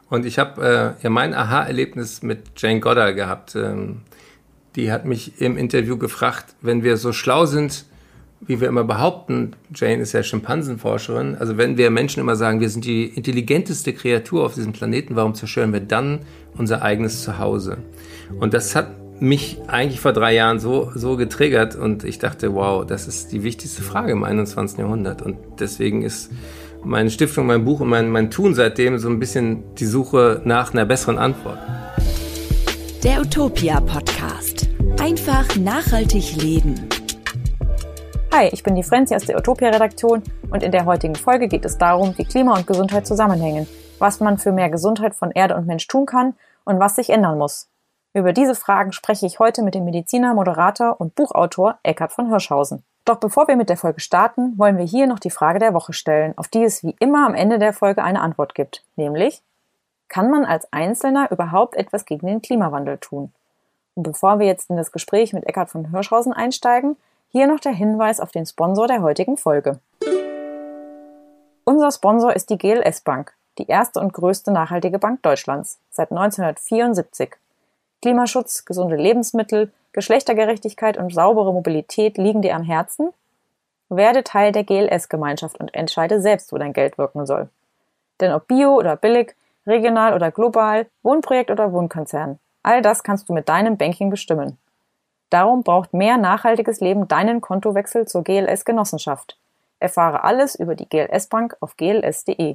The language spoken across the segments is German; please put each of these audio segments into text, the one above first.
Und ich habe mein Aha-Erlebnis mit Jane Goddard gehabt. Die hat mich im Interview gefragt, wenn wir so schlau sind, wie wir immer behaupten, Jane ist ja Schimpansenforscherin, also wenn wir Menschen immer sagen, wir sind die intelligenteste Kreatur auf diesem Planeten, warum zerstören wir dann unser eigenes Zuhause? Und das hat mich eigentlich vor 3 Jahren so getriggert und ich dachte, wow, das ist die wichtigste Frage im 21. Jahrhundert. Und deswegen ist meine Stiftung, mein Buch und mein Tun seitdem so ein bisschen die Suche nach einer besseren Antwort. Der Utopia Podcast. Einfach nachhaltig leben. Hi, ich bin die Frenzi aus der Utopia-Redaktion und in der heutigen Folge geht es darum, wie Klima und Gesundheit zusammenhängen, was man für mehr Gesundheit von Erde und Mensch tun kann und was sich ändern muss. Über diese Fragen spreche ich heute mit dem Mediziner, Moderator und Buchautor Eckhard von Hirschhausen. Doch bevor wir mit der Folge starten, wollen wir hier noch die Frage der Woche stellen, auf die es wie immer am Ende der Folge eine Antwort gibt, nämlich: Kann man als Einzelner überhaupt etwas gegen den Klimawandel tun? Und bevor wir jetzt in das Gespräch mit Eckhard von Hirschhausen einsteigen, hier noch der Hinweis auf den Sponsor der heutigen Folge. Unser Sponsor ist die GLS Bank, die erste und größte nachhaltige Bank Deutschlands, seit 1974. Klimaschutz, gesunde Lebensmittel, Geschlechtergerechtigkeit und saubere Mobilität liegen dir am Herzen? Werde Teil der GLS-Gemeinschaft und entscheide selbst, wo dein Geld wirken soll. Denn ob bio oder billig, regional oder global, Wohnprojekt oder Wohnkonzern, all das kannst du mit deinem Banking bestimmen. Darum braucht mehr nachhaltiges Leben deinen Kontowechsel zur GLS-Genossenschaft. Erfahre alles über die GLS Bank auf gls.de.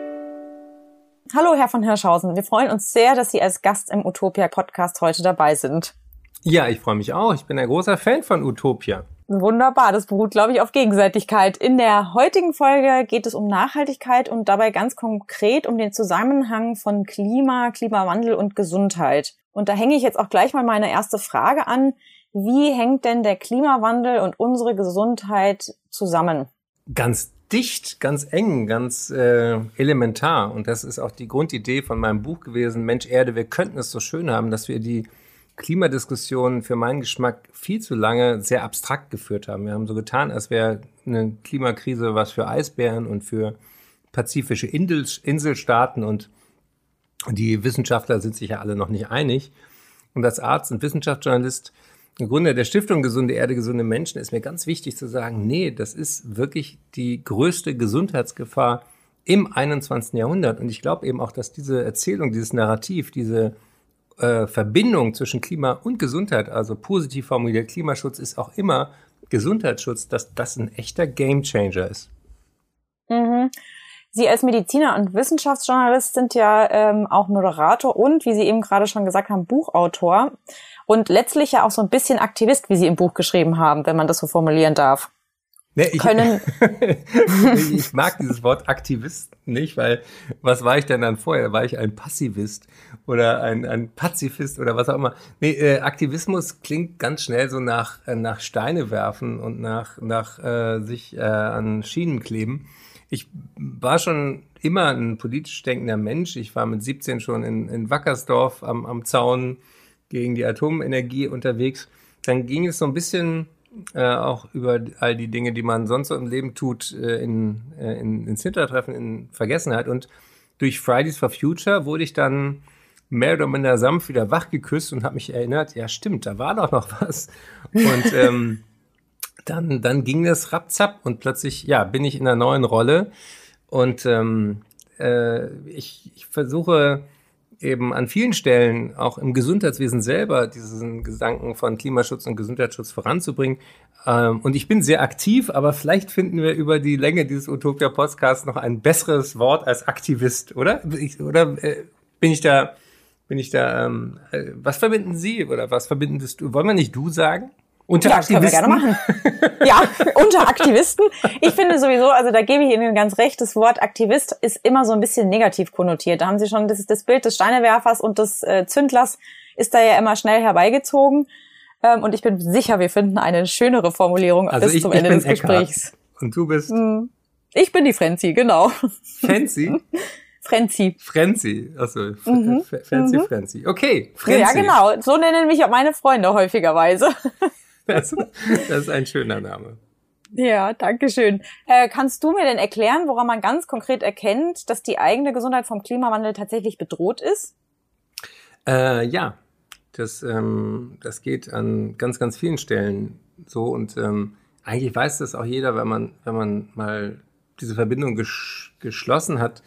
Hallo, Herr von Hirschhausen. Wir freuen uns sehr, dass Sie als Gast im Utopia-Podcast heute dabei sind. Ja, ich freue mich auch. Ich bin ein großer Fan von Utopia. Wunderbar, das beruht, glaube ich, auf Gegenseitigkeit. In der heutigen Folge geht es um Nachhaltigkeit und dabei ganz konkret um den Zusammenhang von Klima, Klimawandel und Gesundheit. Und da hänge ich jetzt auch gleich mal meine erste Frage an. Wie hängt denn der Klimawandel und unsere Gesundheit zusammen? Ganz dicht, ganz eng, ganz elementar. Und das ist auch die Grundidee von meinem Buch gewesen, Mensch Erde, wir könnten es so schön haben, dass wir die Klimadiskussion für meinen Geschmack viel zu lange sehr abstrakt geführt haben. Wir haben so getan, als wäre eine Klimakrise was für Eisbären und für pazifische Inselstaaten und die Wissenschaftler sind sich ja alle noch nicht einig. Und als Arzt und Wissenschaftsjournalist, Gründer der Stiftung Gesunde Erde, gesunde Menschen, ist mir ganz wichtig zu sagen, nee, das ist wirklich die größte Gesundheitsgefahr im 21. Jahrhundert. Und ich glaube eben auch, dass diese Erzählung, dieses Narrativ, diese Verbindung zwischen Klima und Gesundheit, also positiv formuliert, Klimaschutz ist auch immer Gesundheitsschutz, dass das ein echter Gamechanger ist. Mhm. Sie als Mediziner und Wissenschaftsjournalist sind ja auch Moderator und, wie Sie eben gerade schon gesagt haben, Buchautor und letztlich ja auch so ein bisschen Aktivist, wie Sie im Buch geschrieben haben, wenn man das so formulieren darf. Nee, ich mag dieses Wort Aktivist nicht, weil was war ich denn dann vorher? War ich ein Passivist oder ein Pazifist oder was auch immer? Nee, Aktivismus klingt ganz schnell so nach Steine werfen und nach sich an Schienen kleben. Ich war schon immer ein politisch denkender Mensch. Ich war mit 17 schon in Wackersdorf am Zaun gegen die Atomenergie unterwegs. Dann ging es so ein bisschen auch über all die Dinge, die man sonst so im Leben tut, ins Hintertreffen, in Vergessenheit. Und durch Fridays for Future wurde ich dann mehr oder minder sanft wieder wach geküsst und habe mich erinnert, ja stimmt, da war doch noch was. Und dann ging das rapzapp und plötzlich, ja, bin ich in einer neuen Rolle. Und ich versuche eben an vielen Stellen, auch im Gesundheitswesen selber, diesen Gedanken von Klimaschutz und Gesundheitsschutz voranzubringen. Und ich bin sehr aktiv, aber vielleicht finden wir über die Länge dieses Utopia-Podcasts noch ein besseres Wort als Aktivist, oder? Bin ich da, was verbinden Sie oder was verbindest du? Wollen wir nicht du sagen? Unter Aktivisten? Können wir gerne machen. Ja, unter Aktivisten. Ich finde sowieso, also da gebe ich Ihnen ganz recht, das Wort Aktivist ist immer so ein bisschen negativ konnotiert. Da haben Sie schon das Bild des Steinewerfers und des Zündlers ist da ja immer schnell herbeigezogen. Und ich bin sicher, wir finden eine schönere Formulierung also bis zum Ende des Gesprächs. Und du bist? Ich bin die Frenzi, genau. Fancy? Frenzi, achso, Frenzi. Okay, Frenzi. Ja, genau, so nennen mich auch meine Freunde häufigerweise. Das ist ein schöner Name. Ja, danke schön. Kannst du mir denn erklären, woran man ganz konkret erkennt, dass die eigene Gesundheit vom Klimawandel tatsächlich bedroht ist? Ja, das geht an ganz, ganz vielen Stellen so und eigentlich weiß das auch jeder, wenn man mal diese Verbindung geschlossen hat.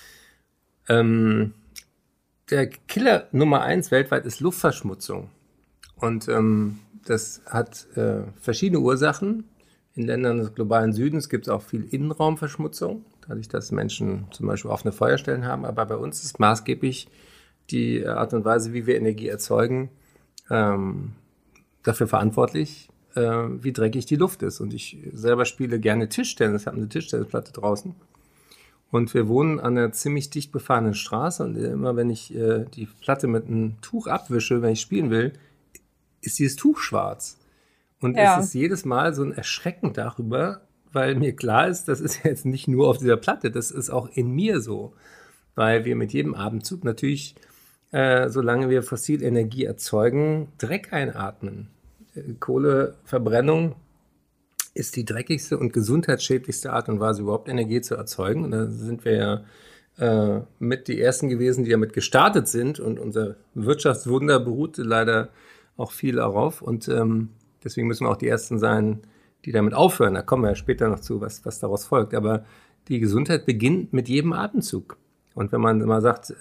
Der Killer Nummer 1 weltweit ist Luftverschmutzung und das hat verschiedene Ursachen. In Ländern des globalen Südens gibt es auch viel Innenraumverschmutzung, dadurch, dass Menschen zum Beispiel offene Feuerstellen haben. Aber bei uns ist maßgeblich die Art und Weise, wie wir Energie erzeugen, dafür verantwortlich, wie dreckig die Luft ist. Und ich selber spiele gerne Tischtennis, habe eine Tischtennisplatte draußen. Und wir wohnen an einer ziemlich dicht befahrenen Straße. Und immer wenn ich die Platte mit einem Tuch abwische, wenn ich spielen will, ist dieses Tuch schwarz. Und es ist jedes Mal so ein Erschrecken darüber, weil mir klar ist, das ist jetzt nicht nur auf dieser Platte, das ist auch in mir so. Weil wir mit jedem Atemzug natürlich, solange wir fossile Energie erzeugen, Dreck einatmen. Kohleverbrennung ist die dreckigste und gesundheitsschädlichste Art und Weise, überhaupt Energie zu erzeugen. Und da sind wir ja mit die Ersten gewesen, die damit gestartet sind. Und unser Wirtschaftswunder beruhte leider auch viel darauf. Und deswegen müssen wir auch die Ersten sein, die damit aufhören. Da kommen wir ja später noch zu, was daraus folgt. Aber die Gesundheit beginnt mit jedem Atemzug. Und wenn man mal sagt,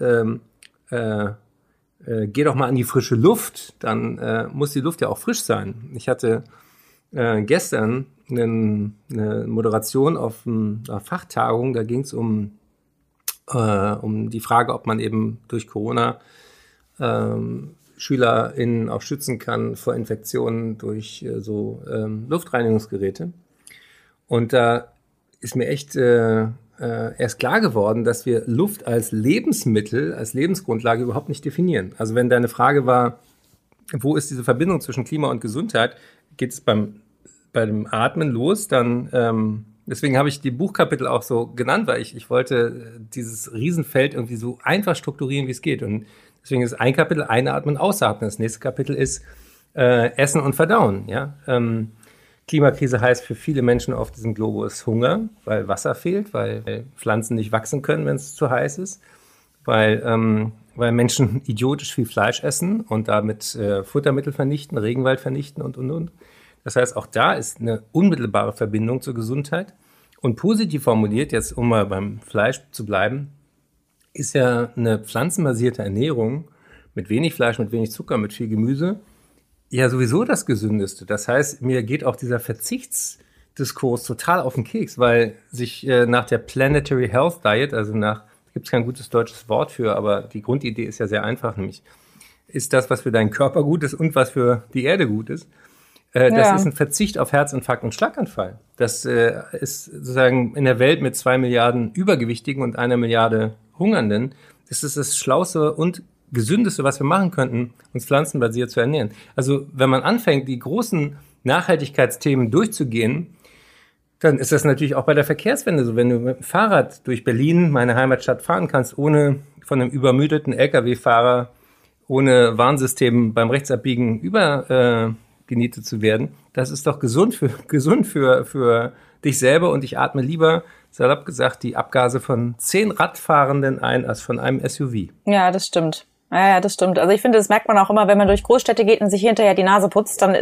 geh doch mal an die frische Luft, dann muss die Luft ja auch frisch sein. Ich hatte gestern eine Moderation auf einer Fachtagung, da ging es um die Frage, ob man eben durch Corona SchülerInnen auch schützen kann vor Infektionen durch Luftreinigungsgeräte. Und da ist mir echt erst klar geworden, dass wir Luft als Lebensmittel, als Lebensgrundlage überhaupt nicht definieren. Also wenn deine Frage war, wo ist diese Verbindung zwischen Klima und Gesundheit, geht es bei dem Atmen los, dann deswegen habe ich die Buchkapitel auch so genannt, weil ich wollte dieses Riesenfeld irgendwie so einfach strukturieren, wie es geht. Und deswegen ist ein Kapitel Einatmen, Ausatmen. Das nächste Kapitel ist Essen und Verdauen. Ja? Klimakrise heißt für viele Menschen auf diesem Globus Hunger, weil Wasser fehlt, weil Pflanzen nicht wachsen können, wenn es zu heiß ist, weil Menschen idiotisch viel Fleisch essen und damit Futtermittel vernichten, Regenwald vernichten und. Das heißt, auch da ist eine unmittelbare Verbindung zur Gesundheit. Und positiv formuliert, jetzt um mal beim Fleisch zu bleiben, ist ja eine pflanzenbasierte Ernährung mit wenig Fleisch, mit wenig Zucker, mit viel Gemüse ja sowieso das Gesündeste. Das heißt, mir geht auch dieser Verzichtsdiskurs total auf den Keks, weil sich nach der Planetary Health Diet, also gibt es kein gutes deutsches Wort für, aber die Grundidee ist ja sehr einfach, nämlich ist das, was für deinen Körper gut ist und was für die Erde gut ist. Das ist ein Verzicht auf Herzinfarkt und Schlaganfall. Das ist sozusagen in der Welt mit 2 Milliarden Übergewichtigen und 1 Milliarde Hungernden, das ist das Schlauste und Gesündeste, was wir machen könnten, uns pflanzenbasiert zu ernähren. Also wenn man anfängt, die großen Nachhaltigkeitsthemen durchzugehen, dann ist das natürlich auch bei der Verkehrswende so. Wenn du mit dem Fahrrad durch Berlin, meine Heimatstadt, fahren kannst, ohne von einem übermüdeten Lkw-Fahrer, ohne Warnsystem beim Rechtsabbiegen übergenietet zu werden, das ist doch gesund für dich selber. Und ich atme lieber, salopp gesagt, die Abgase von 10 Radfahrenden ein als von einem SUV. Ja, das stimmt. Ja, das stimmt. Also ich finde, das merkt man auch immer, wenn man durch Großstädte geht und sich hinterher die Nase putzt, dann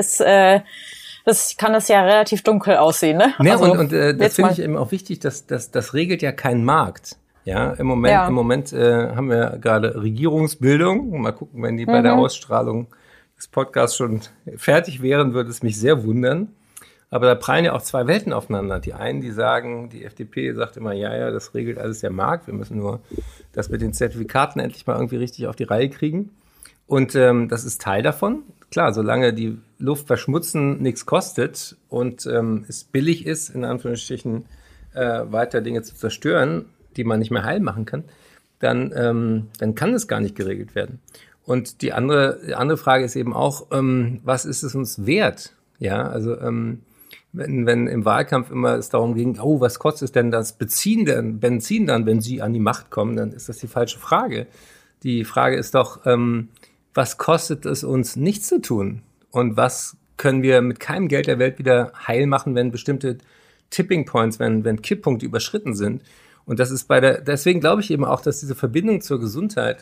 kann das ja relativ dunkel aussehen, ne? Ja, also, und das finde ich eben auch wichtig, dass das regelt ja keinen Markt. Ja, im Moment haben wir gerade Regierungsbildung. Mal gucken, wenn die bei der Ausstrahlung des Podcasts schon fertig wären, würde es mich sehr wundern. Aber da prallen ja auch zwei Welten aufeinander. Die einen, die sagen, die FDP sagt immer, ja, das regelt alles der Markt. Wir müssen nur das mit den Zertifikaten endlich mal irgendwie richtig auf die Reihe kriegen. Und das ist Teil davon. Klar, solange die Luft verschmutzen nichts kostet und es billig ist, in Anführungsstrichen weiter Dinge zu zerstören, die man nicht mehr heil machen kann, dann kann es gar nicht geregelt werden. Und die andere Frage ist eben auch, was ist es uns wert? Ja, also wenn im Wahlkampf immer es darum ging, was kostet es denn das Benzin dann, wenn Sie an die Macht kommen, dann ist das die falsche Frage. Die Frage ist doch, was kostet es uns, nichts zu tun? Und was können wir mit keinem Geld der Welt wieder heil machen, wenn bestimmte Tipping Points, wenn Kipppunkte überschritten sind. Und das ist deswegen glaube ich eben auch, dass diese Verbindung zur Gesundheit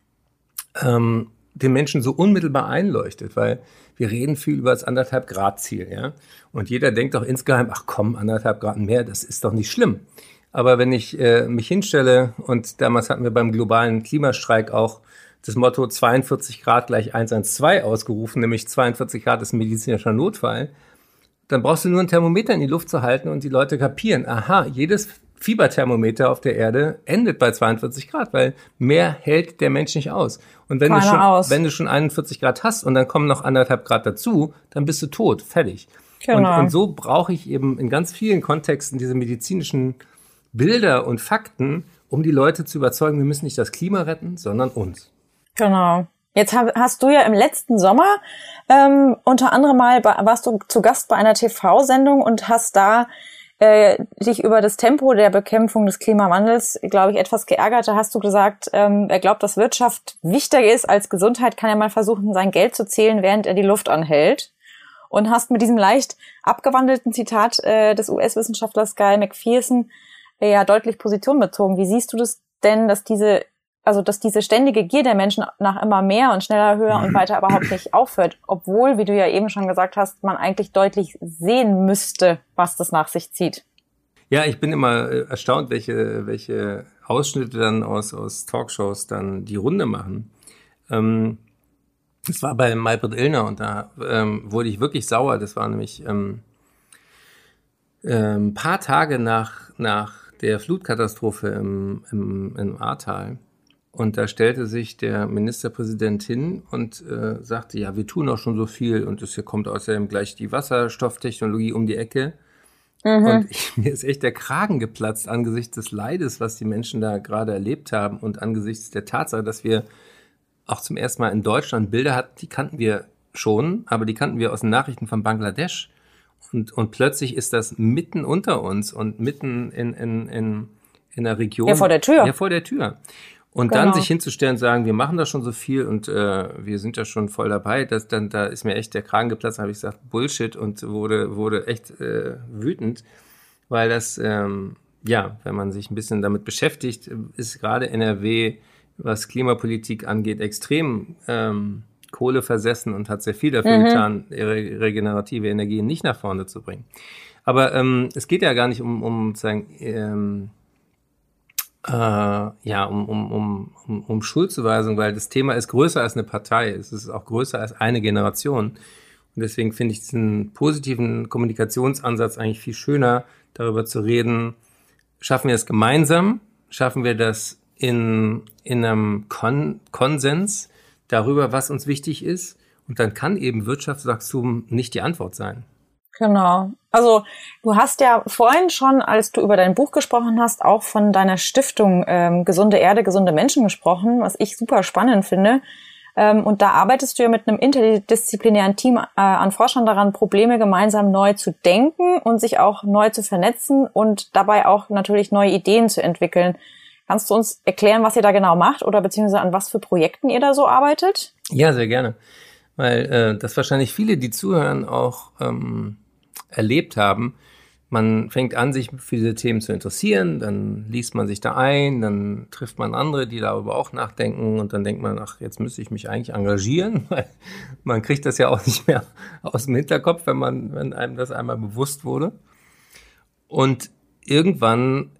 den Menschen so unmittelbar einleuchtet, weil wir reden viel über das 1,5 Grad Ziel, ja. Und jeder denkt doch insgeheim, ach komm, 1,5 Grad mehr, das ist doch nicht schlimm. Aber wenn ich mich hinstelle, und damals hatten wir beim globalen Klimastreik auch das Motto 42 Grad gleich 112 ausgerufen, nämlich 42 Grad ist ein medizinischer Notfall, dann brauchst du nur ein Thermometer in die Luft zu halten und die Leute kapieren, aha, jedes Fieberthermometer auf der Erde endet bei 42 Grad, weil mehr hält der Mensch nicht aus. Und wenn du schon 41 Grad hast und dann kommen noch 1,5 Grad dazu, dann bist du tot, fertig. Genau. Und so brauche ich eben in ganz vielen Kontexten diese medizinischen Bilder und Fakten, um die Leute zu überzeugen, wir müssen nicht das Klima retten, sondern uns. Genau. Jetzt hast du ja im letzten Sommer unter anderem warst du zu Gast bei einer TV-Sendung und hast da dich über das Tempo der Bekämpfung des Klimawandels, glaube ich, etwas geärgert. Da hast du gesagt, er glaubt, dass Wirtschaft wichtiger ist als Gesundheit, kann er mal versuchen, sein Geld zu zählen, während er die Luft anhält. Und hast mit diesem leicht abgewandelten Zitat des US-Wissenschaftlers Guy McPherson ja deutlich Position bezogen. Wie siehst du das denn, dass diese ständige Gier der Menschen nach immer mehr und schneller, höher und weiter überhaupt nicht aufhört, obwohl, wie du ja eben schon gesagt hast, man eigentlich deutlich sehen müsste, was das nach sich zieht? Ja, ich bin immer erstaunt, welche Ausschnitte dann aus Talkshows dann die Runde machen. Das war bei Maybrit Illner und da wurde ich wirklich sauer. Das war nämlich ein paar Tage nach der Flutkatastrophe im Ahrtal. Und da stellte sich der Ministerpräsident hin und sagte, ja, wir tun auch schon so viel und es hier kommt außerdem gleich die Wasserstofftechnologie um die Ecke. Und mir ist echt der Kragen geplatzt angesichts des Leides, was die Menschen da gerade erlebt haben und angesichts der Tatsache, dass wir auch zum ersten Mal in Deutschland Bilder hatten, die kannten wir schon, aber die kannten wir aus den Nachrichten von Bangladesch. Und plötzlich ist das mitten unter uns und mitten in der Region. Ja, vor der Tür. Ja, vor der Tür. Und dann sich hinzustellen und sagen, wir machen da schon so viel und wir sind ja schon voll dabei, da ist mir echt der Kragen geplatzt, habe ich gesagt, Bullshit und wurde echt wütend, weil das, wenn man sich ein bisschen damit beschäftigt, ist gerade NRW, was Klimapolitik angeht, extrem kohleversessen und hat sehr viel dafür getan, regenerative Energien nicht nach vorne zu bringen. Aber es geht ja gar nicht um Schuldzuweisung, weil das Thema ist größer als eine Partei. Es ist auch größer als eine Generation. Und deswegen finde ich diesen positiven Kommunikationsansatz eigentlich viel schöner, darüber zu reden, schaffen wir es gemeinsam, schaffen wir das in einem Konsens darüber, was uns wichtig ist. Und dann kann eben Wirtschaftswachstum nicht die Antwort sein. Genau. Also du hast ja vorhin schon, als du über dein Buch gesprochen hast, auch von deiner Stiftung Gesunde Erde, gesunde Menschen gesprochen, was ich super spannend finde. Und da arbeitest du ja mit einem interdisziplinären Team an Forschern daran, Probleme gemeinsam neu zu denken und sich auch neu zu vernetzen und dabei auch natürlich neue Ideen zu entwickeln. Kannst du uns erklären, was ihr da genau macht oder beziehungsweise an was für Projekten ihr da so arbeitet? Ja, sehr gerne. Weil das wahrscheinlich viele, die zuhören, auch erlebt haben. Man fängt an, sich für diese Themen zu interessieren, dann liest man sich da ein, dann trifft man andere, die darüber auch nachdenken und dann denkt man, ach, jetzt müsste ich mich eigentlich engagieren, weil man kriegt das ja auch nicht mehr aus dem Hinterkopf, wenn einem das einmal bewusst wurde. Und irgendwann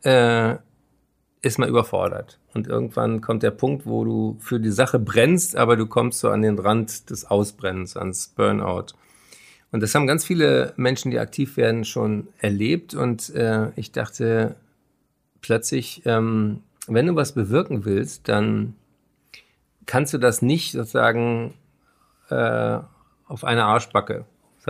ist man überfordert. Und irgendwann kommt der Punkt, wo du für die Sache brennst, aber du kommst so an den Rand des Ausbrennens, ans Burnout. Und das haben ganz viele Menschen, die aktiv werden, schon erlebt. Und ich dachte plötzlich, wenn du was bewirken willst, dann kannst du das nicht sozusagen auf eine Arschbacke.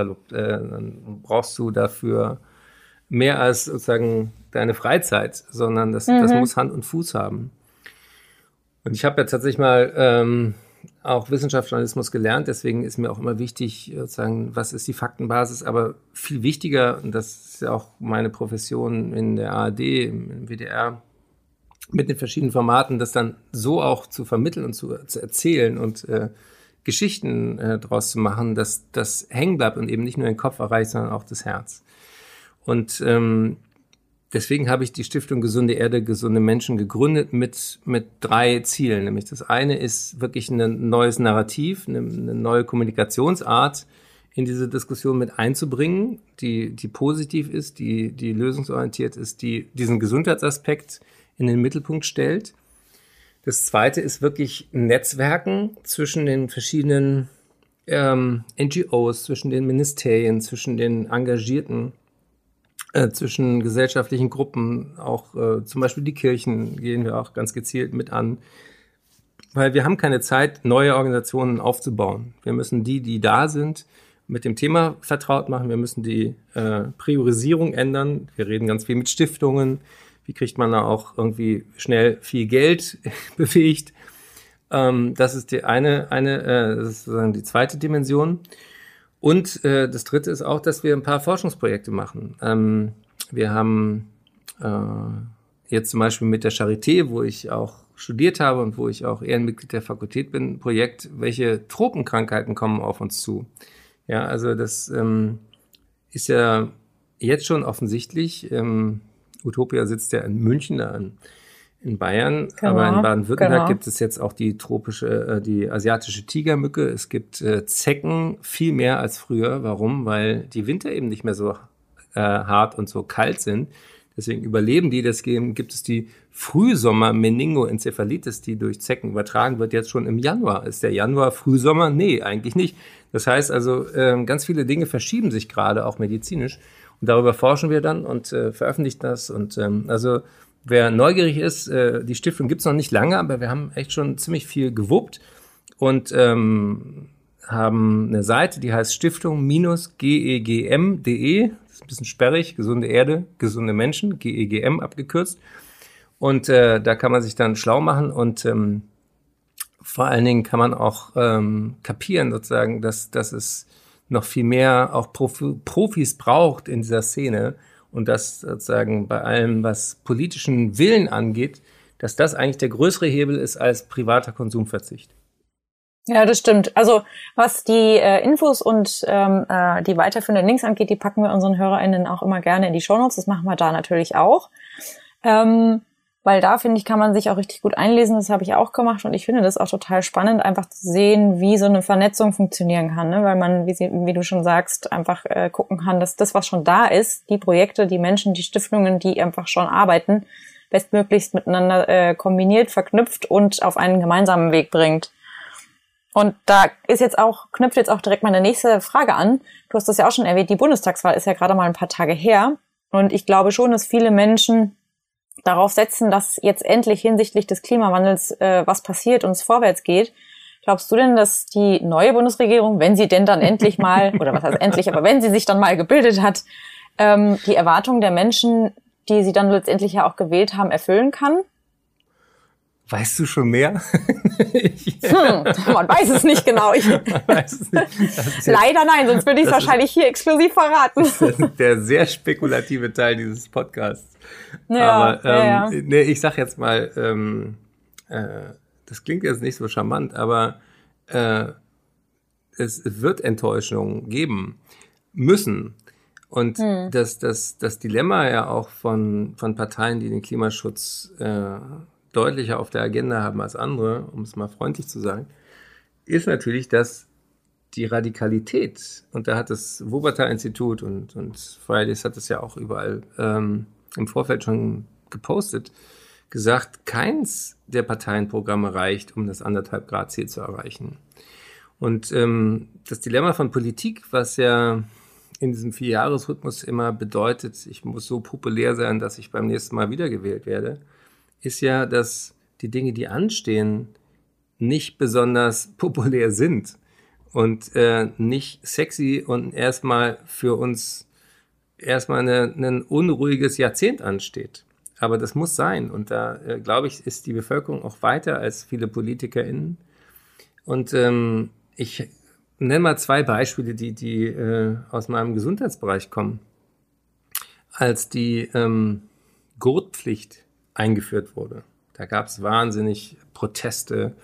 Dann brauchst du dafür mehr als sozusagen deine Freizeit, sondern das muss Hand und Fuß haben. Und ich habe ja tatsächlich mal auch Wissenschaftsjournalismus gelernt, deswegen ist mir auch immer wichtig, sozusagen, was ist die Faktenbasis, aber viel wichtiger, und das ist ja auch meine Profession in der ARD, im WDR, mit den verschiedenen Formaten, das dann so auch zu vermitteln und zu erzählen und Geschichten draus zu machen, dass das hängen bleibt und eben nicht nur den Kopf erreicht, sondern auch das Herz. Und deswegen habe ich die Stiftung Gesunde Erde, gesunde Menschen gegründet mit 3 Zielen. Nämlich das eine ist wirklich ein neues Narrativ, eine neue Kommunikationsart in diese Diskussion mit einzubringen, die positiv ist, die lösungsorientiert ist, die diesen Gesundheitsaspekt in den Mittelpunkt stellt. Das zweite ist wirklich Netzwerken zwischen den verschiedenen NGOs, zwischen den Ministerien, zwischen den Engagierten, zwischen gesellschaftlichen Gruppen, auch zum Beispiel die Kirchen gehen wir auch ganz gezielt mit an, weil wir haben keine Zeit, neue Organisationen aufzubauen. Wir müssen die da sind, mit dem Thema vertraut machen. Wir müssen die Priorisierung ändern. Wir reden ganz viel mit Stiftungen. Wie kriegt man da auch irgendwie schnell viel Geld bewegt? Das ist die das ist sozusagen die zweite Dimension. Und das dritte ist auch, dass wir ein paar Forschungsprojekte machen. Wir haben jetzt zum Beispiel mit der Charité, wo ich auch studiert habe und wo ich auch Ehrenmitglied der Fakultät bin, ein Projekt, welche Tropenkrankheiten kommen auf uns zu. Ja, also das ist ja jetzt schon offensichtlich. Utopia sitzt ja in München, da in Bayern, genau, aber in Baden-Württemberg gibt es jetzt auch die asiatische Tigermücke. Es gibt Zecken viel mehr als früher. Warum? Weil die Winter eben nicht mehr so hart und so kalt sind. Deswegen überleben die. Deswegen gibt es die Frühsommer-Meningoenzephalitis, die durch Zecken übertragen wird, jetzt schon im Januar. Ist der Januar Frühsommer? Nee, eigentlich nicht. Das heißt also, ganz viele Dinge verschieben sich gerade, auch medizinisch. Und darüber forschen wir dann und veröffentlichen das. Und also wer neugierig ist, die Stiftung gibt's noch nicht lange, aber wir haben echt schon ziemlich viel gewuppt und haben eine Seite, die heißt Stiftung-gegm.de. Das ist ein bisschen sperrig, gesunde Erde, gesunde Menschen, GEGM abgekürzt. Und da kann man sich dann schlau machen und vor allen Dingen kann man auch kapieren sozusagen, dass es noch viel mehr auch Profis braucht in dieser Szene und dass sozusagen bei allem, was politischen Willen angeht, dass das eigentlich der größere Hebel ist als privater Konsumverzicht. Ja, das stimmt. Also was die Infos und die weiterführenden Links angeht, die packen wir unseren HörerInnen auch immer gerne in die Shownotes. Das machen wir da natürlich auch. Weil da, finde ich, kann man sich auch richtig gut einlesen. Das habe ich auch gemacht und ich finde das auch total spannend, einfach zu sehen, wie so eine Vernetzung funktionieren kann, ne? Weil man, wie du schon sagst, einfach gucken kann, dass das, was schon da ist, die Projekte, die Menschen, die Stiftungen, die einfach schon arbeiten, bestmöglichst miteinander kombiniert, verknüpft und auf einen gemeinsamen Weg bringt. Und da knüpft jetzt auch direkt meine nächste Frage an. Du hast das ja auch schon erwähnt, die Bundestagswahl ist ja gerade mal ein paar Tage her. Und ich glaube schon, dass viele Menschen darauf setzen, dass jetzt endlich hinsichtlich des Klimawandels was passiert und es vorwärts geht. Glaubst du denn, dass die neue Bundesregierung, wenn sie denn dann endlich mal, oder was heißt endlich, aber wenn sie sich dann mal gebildet hat, die Erwartungen der Menschen, die sie dann letztendlich ja auch gewählt haben, erfüllen kann? Weißt du schon mehr? Man weiß es nicht genau. Weiß es nicht. Leider nein, sonst würde ich es wahrscheinlich hier exklusiv verraten. Das ist der sehr spekulative Teil dieses Podcasts. Ja, aber Nee, ich sag jetzt mal, das klingt jetzt nicht so charmant, aber es wird Enttäuschungen geben müssen. Und das Dilemma ja auch von Parteien, die den Klimaschutz deutlicher auf der Agenda haben als andere, um es mal freundlich zu sagen, ist natürlich, dass die Radikalität, und da hat das Wuppertal-Institut und Fridays hat es ja auch überall im Vorfeld schon gepostet, gesagt, keins der Parteienprogramme reicht, um das 1,5-Grad-Ziel zu erreichen. Und das Dilemma von Politik, was ja in diesem 4-Jahres-Rhythmus immer bedeutet, ich muss so populär sein, dass ich beim nächsten Mal wiedergewählt werde, ist ja, dass die Dinge, die anstehen, nicht besonders populär sind und nicht sexy und erstmal für uns ein unruhiges Jahrzehnt ansteht. Aber das muss sein. Und da, glaube ich, ist die Bevölkerung auch weiter als viele PolitikerInnen. Und ich nenne mal 2 Beispiele, die aus meinem Gesundheitsbereich kommen. Als die Gurtpflicht eingeführt wurde, da gab es wahnsinnig Proteste.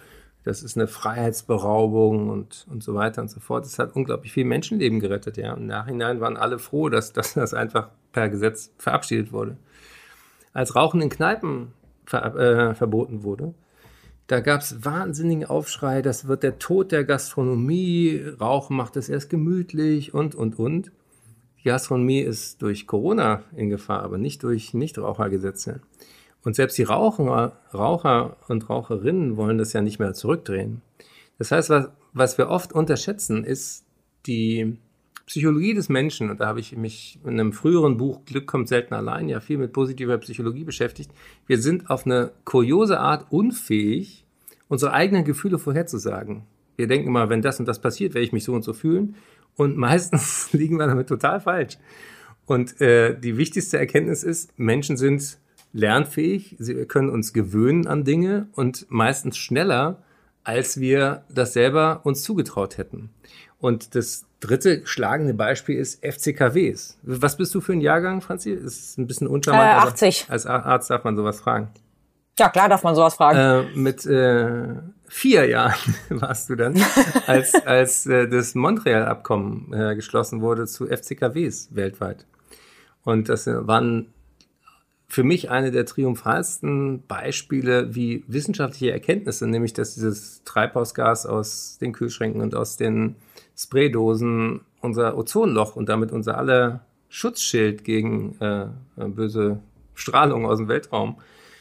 das ist eine Freiheitsberaubung und so weiter und so fort. Das hat unglaublich viel Menschenleben gerettet, ja. Im Nachhinein waren alle froh, dass das einfach per Gesetz verabschiedet wurde. Als Rauchen in Kneipen verboten wurde, da gab es wahnsinnigen Aufschrei, das wird der Tod der Gastronomie, Rauchen macht es erst gemütlich und. Die Gastronomie ist durch Corona in Gefahr, aber nicht durch Nichtrauchergesetze. Und selbst die Raucher und Raucherinnen wollen das ja nicht mehr zurückdrehen. Das heißt, was wir oft unterschätzen, ist die Psychologie des Menschen. Und da habe ich mich in einem früheren Buch Glück kommt selten allein ja viel mit positiver Psychologie beschäftigt. Wir sind auf eine kuriose Art unfähig, unsere eigenen Gefühle vorherzusagen. Wir denken immer, wenn das und das passiert, werde ich mich so und so fühlen. Und meistens liegen wir damit total falsch. Und die wichtigste Erkenntnis ist, Menschen sind lernfähig, sie können uns gewöhnen an Dinge und meistens schneller, als wir das selber uns zugetraut hätten. Und das dritte schlagende Beispiel ist FCKWs. Was bist du für ein Jahrgang, Franzi? Das ist ein bisschen uncharmant. 80. Als Arzt darf man sowas fragen. Ja, klar darf man sowas fragen. Mit 4 Jahren warst du dann, als das Montreal-Abkommen geschlossen wurde zu FCKWs weltweit. Und das waren für mich eine der triumphalsten Beispiele, wie wissenschaftliche Erkenntnisse, nämlich dass dieses Treibhausgas aus den Kühlschränken und aus den Spraydosen unser Ozonloch und damit unser aller Schutzschild gegen böse Strahlung aus dem Weltraum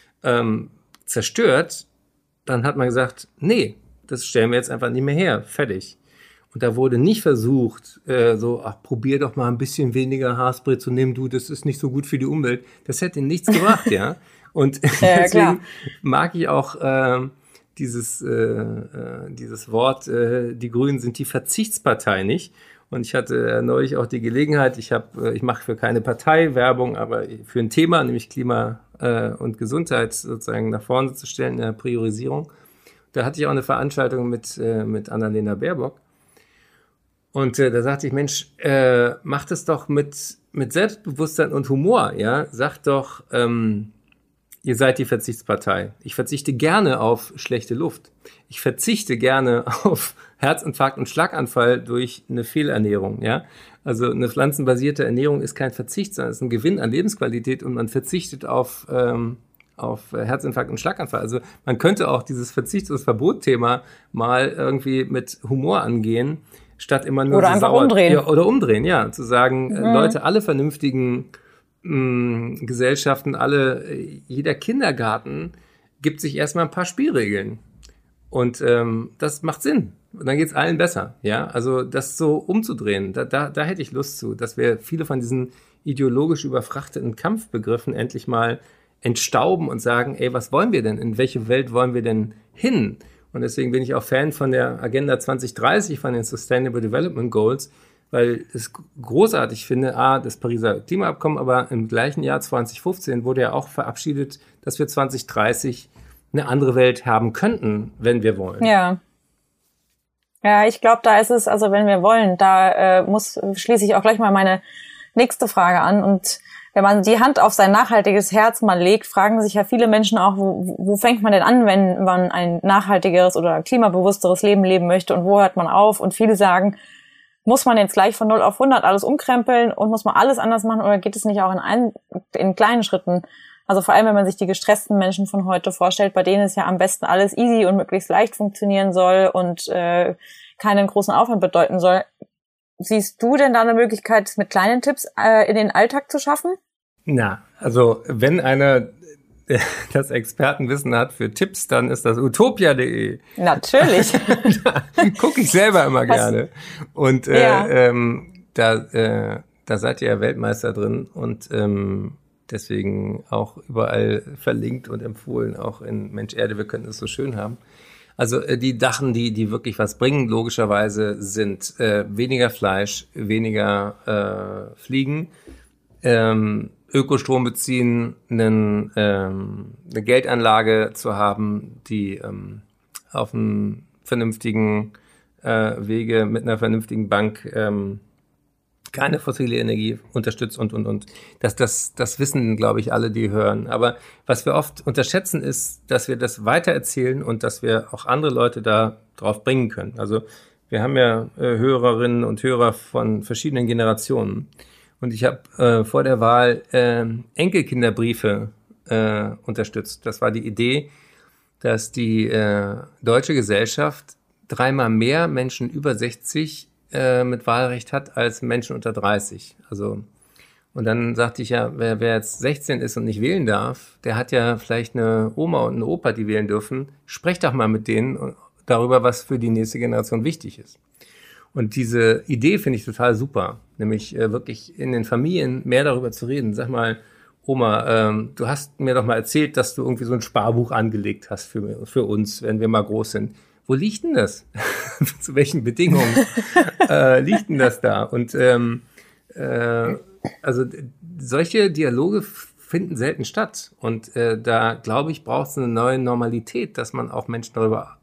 zerstört, dann hat man gesagt, nee, das stellen wir jetzt einfach nicht mehr her, fertig. Und da wurde nicht versucht, probier doch mal ein bisschen weniger Haarspray zu nehmen, du, das ist nicht so gut für die Umwelt. Das hätte nichts gebracht, ja. Und deswegen mag ich auch dieses Wort, die Grünen sind die Verzichtspartei nicht. Und ich hatte neulich auch die Gelegenheit, ich mache für keine Partei Werbung, aber für ein Thema, nämlich Klima und Gesundheit sozusagen nach vorne zu stellen in der Priorisierung. Da hatte ich auch eine Veranstaltung mit Annalena Baerbock. Und da sagte ich, Mensch, mach das doch mit Selbstbewusstsein und Humor, ja. Sagt doch, ihr seid die Verzichtspartei. Ich verzichte gerne auf schlechte Luft. Ich verzichte gerne auf Herzinfarkt und Schlaganfall durch eine Fehlernährung, ja. Also eine pflanzenbasierte Ernährung ist kein Verzicht, sondern es ist ein Gewinn an Lebensqualität und man verzichtet auf Herzinfarkt und Schlaganfall. Also man könnte auch dieses Verzichts- und Verbot-Thema mal irgendwie mit Humor angehen, statt immer nur oder so einfach sauer, umdrehen. Ja, oder umdrehen, ja. Zu sagen, Leute, alle vernünftigen Gesellschaften, jeder Kindergarten gibt sich erstmal ein paar Spielregeln. Und das macht Sinn. Und dann geht's allen besser. Ja, also das so umzudrehen, da hätte ich Lust zu, dass wir viele von diesen ideologisch überfrachteten Kampfbegriffen endlich mal entstauben und sagen, ey, was wollen wir denn? In welche Welt wollen wir denn hin? Und deswegen bin ich auch Fan von der Agenda 2030, von den Sustainable Development Goals, weil ich es großartig finde, das Pariser Klimaabkommen, aber im gleichen Jahr 2015 wurde ja auch verabschiedet, dass wir 2030 eine andere Welt haben könnten, wenn wir wollen. Ja. Ja, ich glaube, da ist es, also wenn wir wollen, da schließe ich auch gleich mal meine nächste Frage an. Und wenn man die Hand auf sein nachhaltiges Herz mal legt, fragen sich ja viele Menschen auch, wo fängt man denn an, wenn man ein nachhaltigeres oder klimabewussteres Leben leben möchte und wo hört man auf? Und viele sagen, muss man jetzt gleich von 0 auf 100 alles umkrempeln und muss man alles anders machen oder geht es nicht auch in kleinen Schritten? Also vor allem, wenn man sich die gestressten Menschen von heute vorstellt, bei denen es ja am besten alles easy und möglichst leicht funktionieren soll und keinen großen Aufwand bedeuten soll. Siehst du denn da eine Möglichkeit, es mit kleinen Tipps in den Alltag zu schaffen? Na, also wenn einer das Expertenwissen hat für Tipps, dann ist das utopia.de. Natürlich. Da gucke ich selber immer gerne. Und da seid ihr ja Weltmeister drin und deswegen auch überall verlinkt und empfohlen, auch in Mensch Erde, wir könnten es so schön haben. Also die Sachen, die wirklich was bringen, logischerweise sind weniger Fleisch, weniger Fliegen, Ökostrom beziehen, eine Geldanlage zu haben, die auf einem vernünftigen Wege mit einer vernünftigen Bank keine fossile Energie unterstützt und. Das wissen, glaube ich, alle, die hören. Aber was wir oft unterschätzen, ist, dass wir das weitererzählen und dass wir auch andere Leute da drauf bringen können. Also wir haben ja Hörerinnen und Hörer von verschiedenen Generationen. Und ich habe vor der Wahl Enkelkinderbriefe unterstützt. Das war die Idee, dass die deutsche Gesellschaft 3-mal mehr Menschen über 60 mit Wahlrecht hat als Menschen unter 30. Also, und dann sagte ich ja, wer jetzt 16 ist und nicht wählen darf, der hat ja vielleicht eine Oma und einen Opa, die wählen dürfen. Sprecht doch mal mit denen darüber, was für die nächste Generation wichtig ist. Und diese Idee finde ich total super, nämlich wirklich in den Familien mehr darüber zu reden. Sag mal, Oma, du hast mir doch mal erzählt, dass du irgendwie so ein Sparbuch angelegt hast für uns, wenn wir mal groß sind. Wo liegt denn das? Zu welchen Bedingungen liegt denn das da? Und also solche Dialoge finden selten statt. Und da, glaube ich, braucht es eine neue Normalität, dass man auch Menschen darauf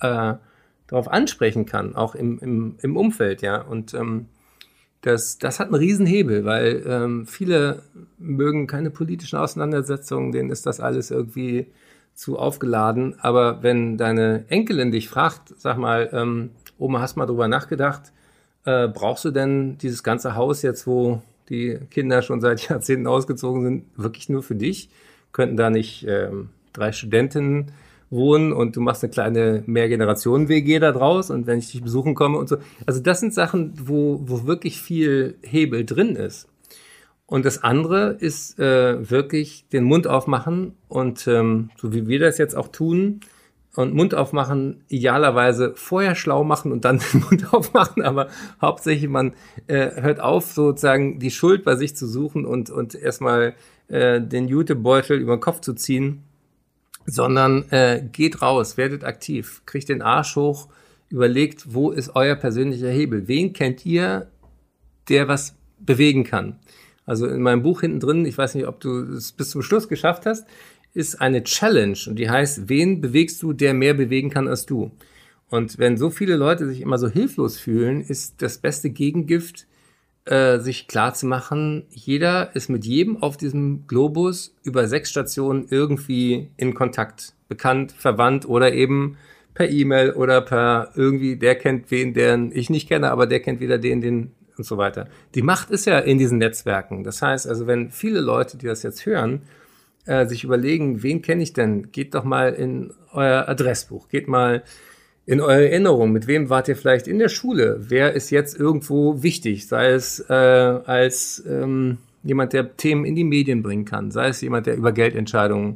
ansprechen kann, auch im Umfeld, ja. Und das hat einen Riesenhebel, weil viele mögen keine politischen Auseinandersetzungen, denen ist das alles irgendwie zu aufgeladen. Aber wenn deine Enkelin dich fragt, sag mal, Oma, hast mal drüber nachgedacht, brauchst du denn dieses ganze Haus jetzt, wo die Kinder schon seit Jahrzehnten ausgezogen sind, wirklich nur für dich? Könnten da nicht 3 Studentinnen wohnen und du machst eine kleine Mehrgenerationen-WG da draus und wenn ich dich besuchen komme und so. Also das sind Sachen, wo wirklich viel Hebel drin ist. Und das andere ist wirklich den Mund aufmachen und so wie wir das jetzt auch tun und Mund aufmachen, idealerweise vorher schlau machen und dann den Mund aufmachen, aber hauptsächlich man hört auf, sozusagen die Schuld bei sich zu suchen und erstmal den Jutebeutel über den Kopf zu ziehen, sondern geht raus, werdet aktiv, kriegt den Arsch hoch, überlegt, wo ist euer persönlicher Hebel? Wen kennt ihr, der was bewegen kann? Also in meinem Buch hinten drin, ich weiß nicht, ob du es bis zum Schluss geschafft hast, ist eine Challenge und die heißt, wen bewegst du, der mehr bewegen kann als du? Und wenn so viele Leute sich immer so hilflos fühlen, ist das beste Gegengift, sich klar zu machen, jeder ist mit jedem auf diesem Globus über 6 Stationen irgendwie in Kontakt, bekannt, verwandt oder eben per E-Mail oder per irgendwie, der kennt wen, den ich nicht kenne, aber der kennt wieder den und so weiter. Die Macht ist ja in diesen Netzwerken. Das heißt also, wenn viele Leute, die das jetzt hören, sich überlegen, wen kenne ich denn? Geht doch mal in euer Adressbuch, geht mal in eure Erinnerung. Mit wem wart ihr vielleicht in der Schule? Wer ist jetzt irgendwo wichtig? Sei es als jemand, der Themen in die Medien bringen kann. Sei es jemand, der über Geldentscheidungen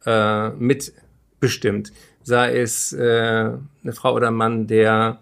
mitbestimmt. Sei es eine Frau oder ein Mann, der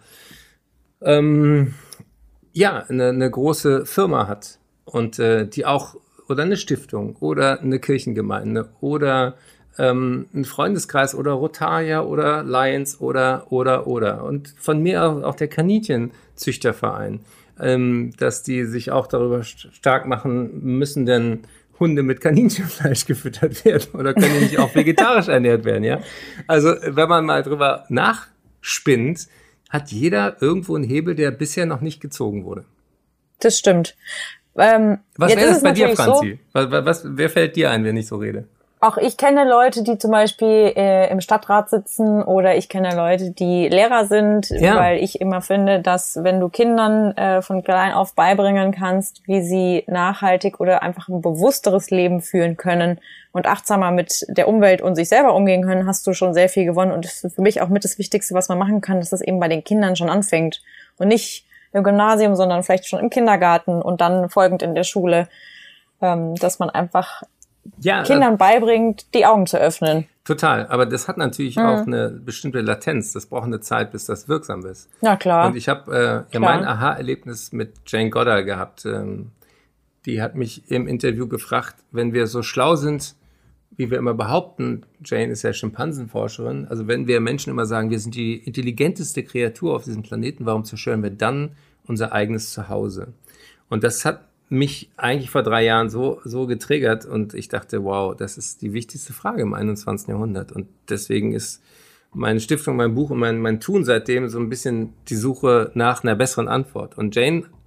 eine große Firma hat und die auch, oder eine Stiftung oder eine Kirchengemeinde oder ein Freundeskreis oder Rotarier oder Lions oder. Und von mir auch der Kaninchenzüchterverein, dass die sich auch darüber stark machen, müssen denn Hunde mit Kaninchenfleisch gefüttert werden oder können die nicht auch vegetarisch ernährt werden, ja? Also, wenn man mal drüber nachspinnt, hat jeder irgendwo einen Hebel, der bisher noch nicht gezogen wurde. Das stimmt. Was wäre das bei dir, Franzi? So, wer fällt dir ein, wenn ich so rede? Auch ich kenne Leute, die zum Beispiel im Stadtrat sitzen oder ich kenne Leute, die Lehrer sind, weil ich immer finde, dass wenn du Kindern von klein auf beibringen kannst, wie sie nachhaltig oder einfach ein bewussteres Leben führen können und achtsamer mit der Umwelt und sich selber umgehen können, hast du schon sehr viel gewonnen. Und das ist für mich auch mit das Wichtigste, was man machen kann, dass das eben bei den Kindern schon anfängt und nicht im Gymnasium, sondern vielleicht schon im Kindergarten und dann folgend in der Schule, dass man einfach Kindern beibringt, die Augen zu öffnen. Total, aber das hat natürlich auch eine bestimmte Latenz. Das braucht eine Zeit, bis das wirksam ist. Na klar. Und ich habe mein Aha-Erlebnis mit Jane Goddard gehabt. Die hat mich im Interview gefragt, wenn wir so schlau sind, wie wir immer behaupten, Jane ist ja Schimpansenforscherin, also wenn wir Menschen immer sagen, wir sind die intelligenteste Kreatur auf diesem Planeten, warum zerstören wir dann unser eigenes Zuhause? Und das hat mich eigentlich vor 3 Jahren so getriggert und ich dachte, wow, das ist die wichtigste Frage im 21. Jahrhundert und deswegen ist meine Stiftung, mein Buch und mein Tun seitdem so ein bisschen die Suche nach einer besseren Antwort. Und Jane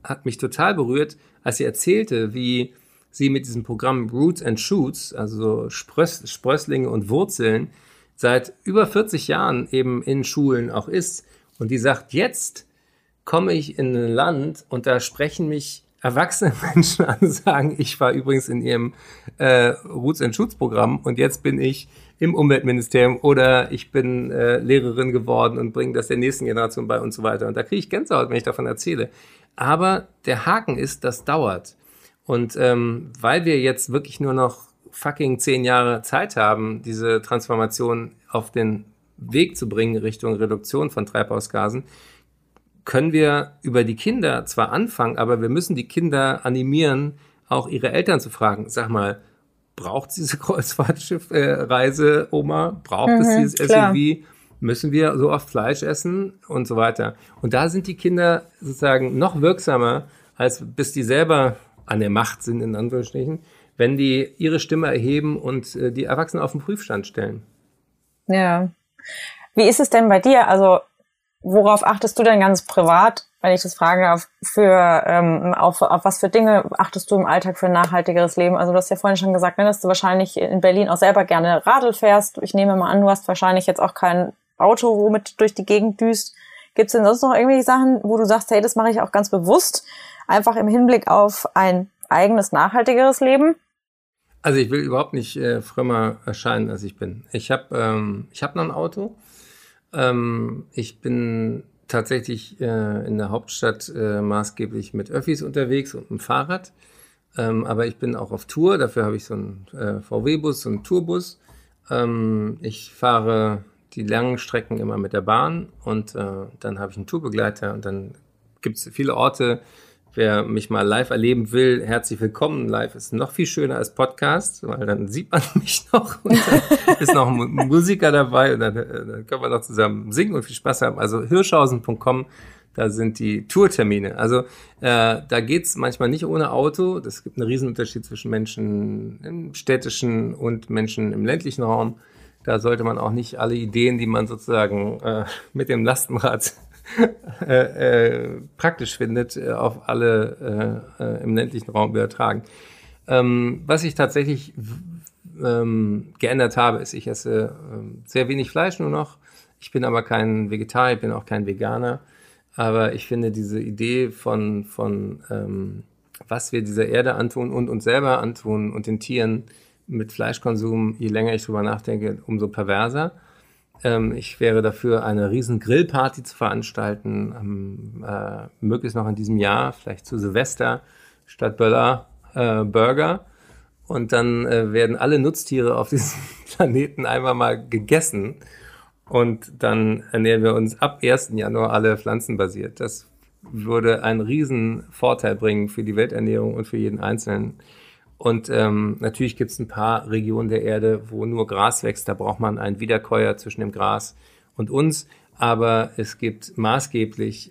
hat mich total berührt, als sie erzählte, wie sie mit diesem Programm Roots and Shoots, also Sprösslinge und Wurzeln, seit über 40 Jahren eben in Schulen auch ist. Und die sagt, jetzt komme ich in ein Land und da sprechen mich erwachsene Menschen an und sagen, ich war übrigens in ihrem Roots and Shoots Programm und jetzt bin ich im Umweltministerium oder ich bin Lehrerin geworden und bringe das der nächsten Generation bei und so weiter. Und da kriege ich Gänsehaut, wenn ich davon erzähle. Aber der Haken ist, das dauert. Und weil wir jetzt wirklich nur noch fucking 10 Jahre Zeit haben, diese Transformation auf den Weg zu bringen Richtung Reduktion von Treibhausgasen, können wir über die Kinder zwar anfangen, aber wir müssen die Kinder animieren, auch ihre Eltern zu fragen, sag mal, braucht es diese Kreuzfahrtschiffreise, Oma? Braucht es dieses klar. SUV? Müssen wir so oft Fleisch essen? Und so weiter. Und da sind die Kinder sozusagen noch wirksamer, als bis die selber an der Macht sind, in Anführungsstrichen, wenn die ihre Stimme erheben und die Erwachsenen auf den Prüfstand stellen. Ja. Wie ist es denn bei dir? Also, worauf achtest du denn ganz privat, wenn ich das fragen darf, auf was für Dinge achtest du im Alltag für ein nachhaltigeres Leben? Also du hast ja vorhin schon gesagt, dass du wahrscheinlich in Berlin auch selber gerne Radl fährst. Ich nehme mal an, du hast wahrscheinlich jetzt auch kein Auto, womit durch die Gegend düst. Gibt es denn sonst noch irgendwelche Sachen, wo du sagst, hey, das mache ich auch ganz bewusst, einfach im Hinblick auf ein eigenes, nachhaltigeres Leben? Also ich will überhaupt nicht frömmer erscheinen, als ich bin. Ich hab noch ein Auto. Ich bin tatsächlich in der Hauptstadt maßgeblich mit Öffis unterwegs und einem Fahrrad. Aber ich bin auch auf Tour. Dafür habe ich so einen VW-Bus, so einen Tourbus. Ich fahre die langen Strecken immer mit der Bahn und dann habe ich einen Tourbegleiter und dann gibt es viele Orte. Wer mich mal live erleben will, herzlich willkommen. Live ist noch viel schöner als Podcast, weil dann sieht man mich noch und dann ist noch ein Musiker dabei und dann können wir noch zusammen singen und viel Spaß haben. Also hirschhausen.com, da sind die Tourtermine. Also da geht's manchmal nicht ohne Auto. Es gibt einen Riesenunterschied zwischen Menschen im städtischen und Menschen im ländlichen Raum. Da sollte man auch nicht alle Ideen, die man sozusagen mit dem Lastenrad praktisch findet, auf alle im ländlichen Raum übertragen. Was ich tatsächlich geändert habe, ist, ich esse sehr wenig Fleisch nur noch. Ich bin aber kein Vegetarier, ich bin auch kein Veganer. Aber ich finde diese Idee von was wir dieser Erde antun und uns selber antun und den Tieren mit Fleischkonsum, je länger ich drüber nachdenke, umso perverser. Ich wäre dafür, eine riesen Grillparty zu veranstalten, möglichst noch in diesem Jahr, vielleicht zu Silvester, statt Böller Burger. Und dann werden alle Nutztiere auf diesem Planeten einmal mal gegessen. Und dann ernähren wir uns ab 1. Januar alle pflanzenbasiert. Das würde einen riesen Vorteil bringen für die Welternährung und für jeden Einzelnen. Und natürlich gibt es ein paar Regionen der Erde, wo nur Gras wächst. Da braucht man einen Wiederkäuer zwischen dem Gras und uns. Aber es gibt maßgeblich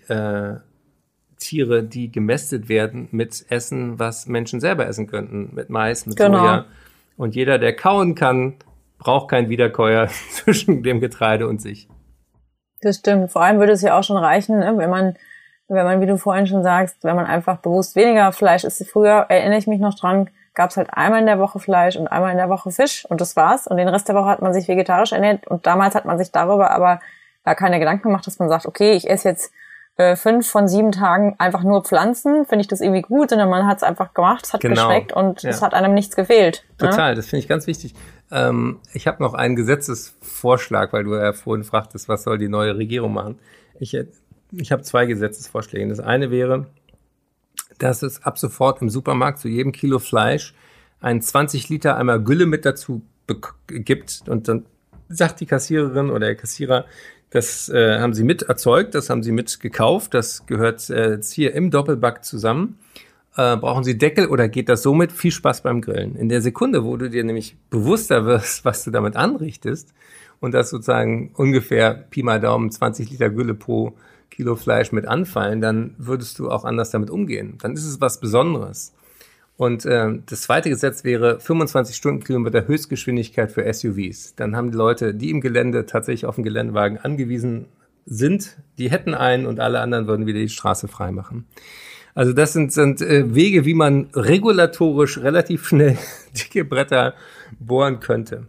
Tiere, die gemästet werden mit Essen, was Menschen selber essen könnten. Mit Mais, mit Soja. Und jeder, der kauen kann, braucht keinen Wiederkäuer zwischen dem Getreide und sich. Das stimmt. Vor allem würde es ja auch schon reichen, ne? wenn man, wie du vorhin schon sagst, wenn man einfach bewusst weniger Fleisch isst. Früher, erinnere ich mich noch dran, gab es halt einmal in der Woche Fleisch und einmal in der Woche Fisch und das war's. Und den Rest der Woche hat man sich vegetarisch ernährt und damals hat man sich darüber aber gar keine Gedanken gemacht, dass man sagt, okay, ich esse jetzt 5 von 7 Tagen einfach nur Pflanzen, finde ich das irgendwie gut, sondern man hat es einfach gemacht, es hat geschmeckt und es hat einem nichts gefehlt. Total, ne? Das finde ich ganz wichtig. Ich habe noch einen Gesetzesvorschlag, weil du ja vorhin fragtest, was soll die neue Regierung machen. Ich habe 2 Gesetzesvorschläge. Das eine wäre, dass es ab sofort im Supermarkt zu jedem Kilo Fleisch einen 20 Liter Eimer Gülle mit dazu gibt und dann sagt die Kassiererin oder der Kassierer, das haben sie mit erzeugt, das haben sie mit gekauft, das gehört jetzt hier im Doppelback zusammen. Brauchen Sie Deckel oder geht das somit? Viel Spaß beim Grillen. In der Sekunde, wo du dir nämlich bewusster wirst, was du damit anrichtest und dass sozusagen ungefähr Pi mal Daumen 20 Liter Gülle pro Kilo Fleisch mit anfallen, dann würdest du auch anders damit umgehen. Dann ist es was Besonderes. Und das zweite Gesetz wäre 25 Stundenkilometer Höchstgeschwindigkeit für SUVs. Dann haben die Leute, die im Gelände tatsächlich auf den Geländewagen angewiesen sind, die hätten einen und alle anderen würden wieder die Straße frei machen. Also das sind Wege, wie man regulatorisch relativ schnell dicke Bretter bohren könnte.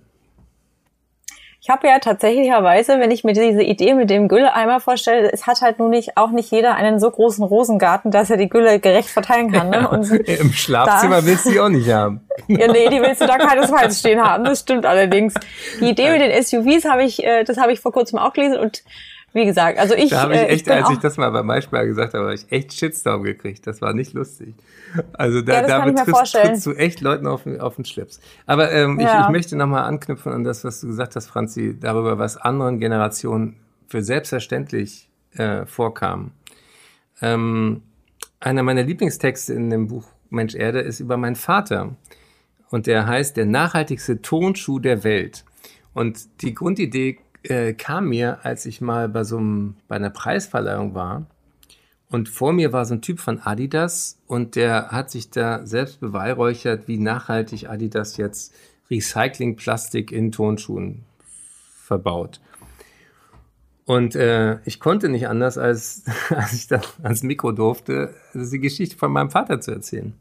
Ich habe ja tatsächlicherweise, wenn ich mir diese Idee mit dem Gülleimer vorstelle, es hat halt nun auch nicht jeder einen so großen Rosengarten, dass er die Gülle gerecht verteilen kann. Ne? Und im Schlafzimmer willst du die auch nicht haben. Ja, nee, die willst du da keinesfalls stehen haben. Das stimmt allerdings. Die Idee mit den SUVs habe ich vor kurzem auch gelesen und wie gesagt, also da habe ich echt, als ich das mal bei Maischberger gesagt habe, habe ich echt Shitstorm gekriegt. Das war nicht lustig. Also da trittst du echt Leuten auf den Schlips. Aber ich möchte nochmal anknüpfen an das, was du gesagt hast, Franzi, darüber, was anderen Generationen für selbstverständlich vorkam. Einer meiner Lieblingstexte in dem Buch Mensch Erde ist über meinen Vater. Und der heißt Der nachhaltigste Turnschuh der Welt. Und die Grundidee kam mir, als ich mal bei einer Preisverleihung war. Und vor mir war so ein Typ von Adidas und der hat sich da selbst beweihräuchert, wie nachhaltig Adidas jetzt Recyclingplastik in Turnschuhen verbaut. Und ich konnte nicht anders, als ich da ans Mikro durfte, die Geschichte von meinem Vater zu erzählen.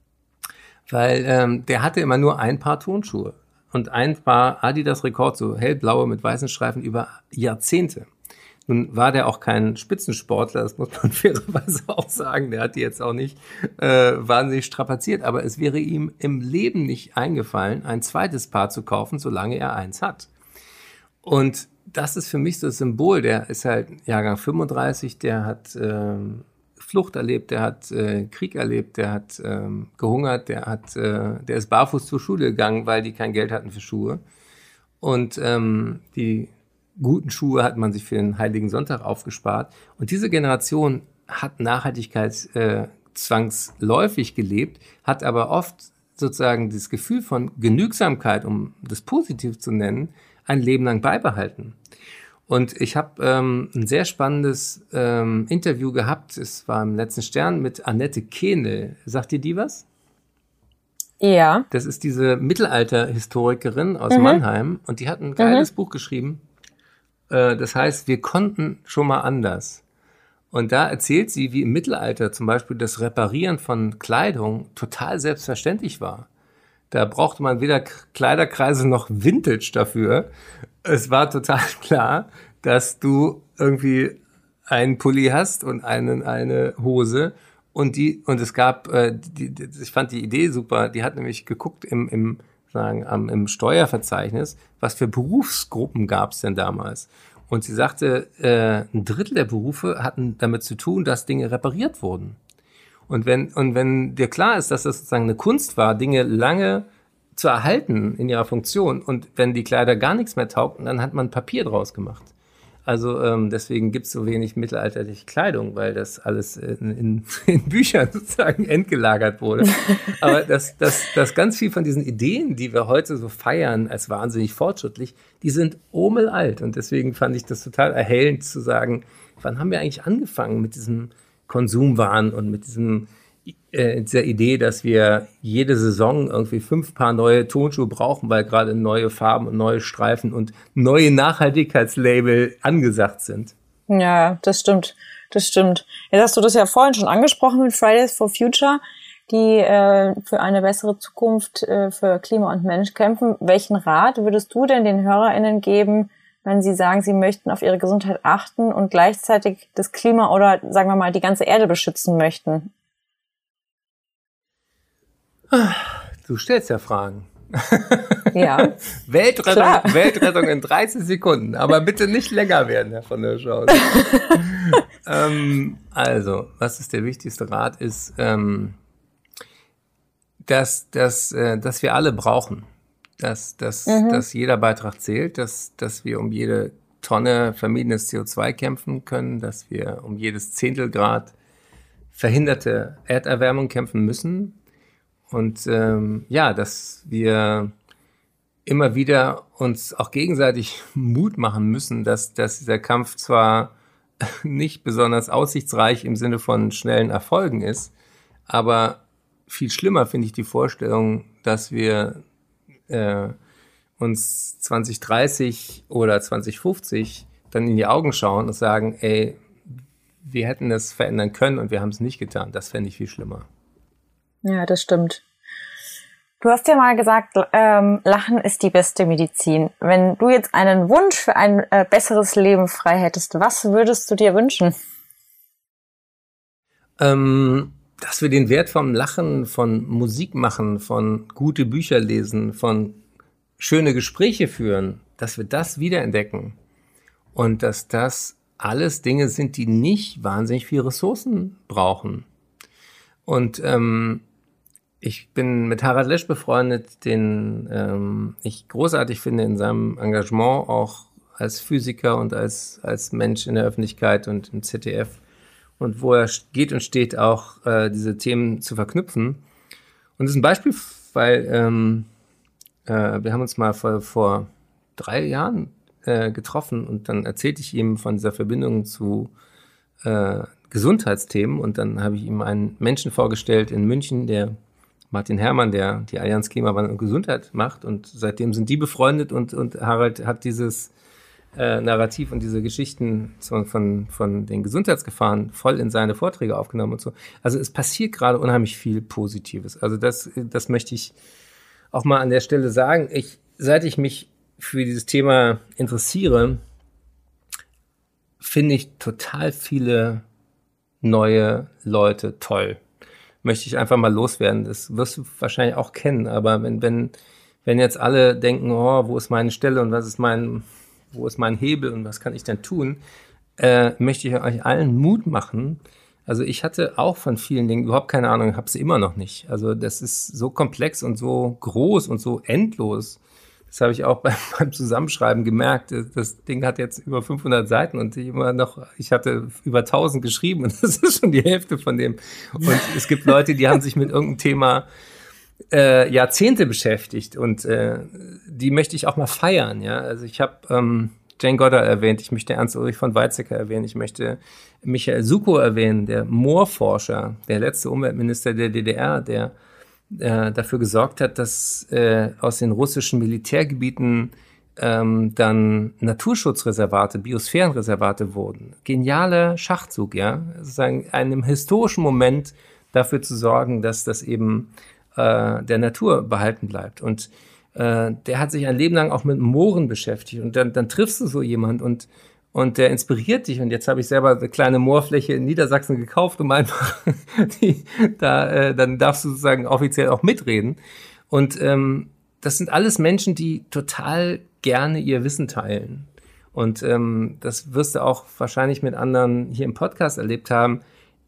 Weil der hatte immer nur ein Paar Turnschuhe und ein Paar Adidas-Rekord, so hellblaue mit weißen Streifen über Jahrzehnte. Nun war der auch kein Spitzensportler, das muss man fairerweise auch sagen. Der hat die jetzt auch nicht wahnsinnig strapaziert, aber es wäre ihm im Leben nicht eingefallen, ein zweites Paar zu kaufen, solange er eins hat. Und das ist für mich so das Symbol. Der ist halt Jahrgang 35, der hat Flucht erlebt, der hat Krieg erlebt, der hat gehungert, der ist barfuß zur Schule gegangen, weil die kein Geld hatten für Schuhe. Und die guten Schuhe hat man sich für den Heiligen Sonntag aufgespart. Und diese Generation hat Nachhaltigkeit zwangsläufig gelebt, hat aber oft sozusagen das Gefühl von Genügsamkeit, um das positiv zu nennen, ein Leben lang beibehalten. Und ich habe ein sehr spannendes Interview gehabt, es war im letzten Stern, mit Annette Kehnel. Sagt dir die was? Ja. Das ist diese Mittelalter-Historikerin aus Mannheim und die hat ein geiles Buch geschrieben. Das heißt, wir konnten schon mal anders. Und da erzählt sie, wie im Mittelalter zum Beispiel das Reparieren von Kleidung total selbstverständlich war. Da brauchte man weder Kleiderkreise noch Vintage dafür. Es war total klar, dass du irgendwie einen Pulli hast und eine Hose und es gab, ich fand die Idee super, die hat nämlich geguckt im Steuerverzeichnis, was für Berufsgruppen gab es denn damals. Und sie sagte, ein Drittel der Berufe hatten damit zu tun, dass Dinge repariert wurden. Und wenn dir klar ist, dass das sozusagen eine Kunst war, Dinge lange zu erhalten in ihrer Funktion und wenn die Kleider gar nichts mehr taugten, dann hat man Papier draus gemacht. Also deswegen gibt es so wenig mittelalterliche Kleidung, weil das alles in Büchern sozusagen entgelagert wurde. Aber dass ganz viel von diesen Ideen, die wir heute so feiern als wahnsinnig fortschrittlich, die sind uralt. Und deswegen fand ich das total erhellend zu sagen, wann haben wir eigentlich angefangen mit diesem Konsumwahn und mit dieser Idee, dass wir jede Saison irgendwie 5 Paar neue Turnschuhe brauchen, weil gerade neue Farben und neue Streifen und neue Nachhaltigkeitslabel angesagt sind. Ja, das stimmt. Das stimmt. Jetzt hast du das ja vorhin schon angesprochen mit Fridays for Future, die für eine bessere Zukunft für Klima und Mensch kämpfen. Welchen Rat würdest du denn den HörerInnen geben, wenn sie sagen, sie möchten auf ihre Gesundheit achten und gleichzeitig das Klima oder, sagen wir mal, die ganze Erde beschützen möchten? Du stellst ja Fragen. Ja. Weltrettung in 30 Sekunden, aber bitte nicht länger werden, Herr von der Schau. Also, was ist der wichtigste Rat, ist, dass wir alle brauchen, dass jeder Beitrag zählt, dass wir um jede Tonne vermiedenes CO2 kämpfen können, dass wir um jedes Zehntelgrad verhinderte Erderwärmung kämpfen müssen. Und dass wir immer wieder uns auch gegenseitig Mut machen müssen, dass dieser Kampf zwar nicht besonders aussichtsreich im Sinne von schnellen Erfolgen ist, aber viel schlimmer finde ich die Vorstellung, dass wir uns 2030 oder 2050 dann in die Augen schauen und sagen, ey, wir hätten es verändern können und wir haben es nicht getan. Das fände ich viel schlimmer. Ja, das stimmt. Du hast ja mal gesagt, Lachen ist die beste Medizin. Wenn du jetzt einen Wunsch für ein besseres Leben frei hättest, was würdest du dir wünschen? Dass wir den Wert vom Lachen, von Musik machen, von gute Bücher lesen, von schöne Gespräche führen, dass wir das wiederentdecken. Und dass das alles Dinge sind, die nicht wahnsinnig viel Ressourcen brauchen. Und ich bin mit Harald Lesch befreundet, den ich großartig finde in seinem Engagement, auch als Physiker und als Mensch in der Öffentlichkeit und im ZDF. Und wo er geht und steht, auch diese Themen zu verknüpfen. Und das ist ein Beispiel, weil wir haben uns mal vor 3 Jahren getroffen und dann erzählte ich ihm von dieser Verbindung zu Gesundheitsthemen und dann habe ich ihm einen Menschen vorgestellt in München, der Martin Herrmann, der die Allianz Klimawandel und Gesundheit macht und seitdem sind die befreundet und Harald hat dieses Narrativ und diese Geschichten von den Gesundheitsgefahren voll in seine Vorträge aufgenommen und so. Also es passiert gerade unheimlich viel Positives. Also das möchte ich auch mal an der Stelle sagen. Seit ich mich für dieses Thema interessiere, finde ich total viele neue Leute toll. Möchte ich einfach mal loswerden. Das wirst du wahrscheinlich auch kennen, aber wenn jetzt alle denken, oh, wo ist meine Stelle und wo ist mein Hebel und was kann ich denn tun, möchte ich euch allen Mut machen. Also ich hatte auch von vielen Dingen überhaupt keine Ahnung, habe sie immer noch nicht. Also das ist so komplex und so groß und so endlos. Das habe ich auch beim Zusammenschreiben gemerkt. Das Ding hat jetzt über 500 Seiten und ich hatte über 1000 geschrieben und das ist schon die Hälfte von dem. Und es gibt Leute, die haben sich mit irgendeinem Thema Jahrzehnte beschäftigt und die möchte ich auch mal feiern. Ja, also ich habe Jane Goddard erwähnt, ich möchte Ernst-Ulrich von Weizsäcker erwähnen, ich möchte Michael Sukow erwähnen, der Moorforscher, der letzte Umweltminister der DDR, der dafür gesorgt hat, dass aus den russischen Militärgebieten dann Naturschutzreservate, Biosphärenreservate wurden. Genialer Schachzug, ja, sozusagen einem historischen Moment dafür zu sorgen, dass das eben der Natur behalten bleibt. Und der hat sich ein Leben lang auch mit Mooren beschäftigt. Und dann triffst du so jemand und der inspiriert dich. Und jetzt habe ich selber eine kleine Moorfläche in Niedersachsen gekauft, um einfach dann darfst du sozusagen offiziell auch mitreden. Und das sind alles Menschen, die total gerne ihr Wissen teilen. Und das wirst du auch wahrscheinlich mit anderen hier im Podcast erlebt haben.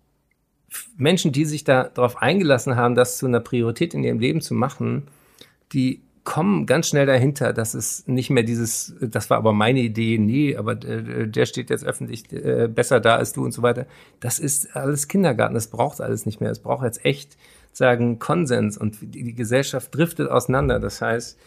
Menschen, die sich da darauf eingelassen haben, das zu einer Priorität in ihrem Leben zu machen, die kommen ganz schnell dahinter, dass es nicht mehr das war aber meine Idee, nee, aber der steht jetzt öffentlich besser da als du und so weiter. Das ist alles Kindergarten, das braucht alles nicht mehr. Es braucht jetzt echt, sagen, Konsens und die Gesellschaft driftet auseinander. Das heißt,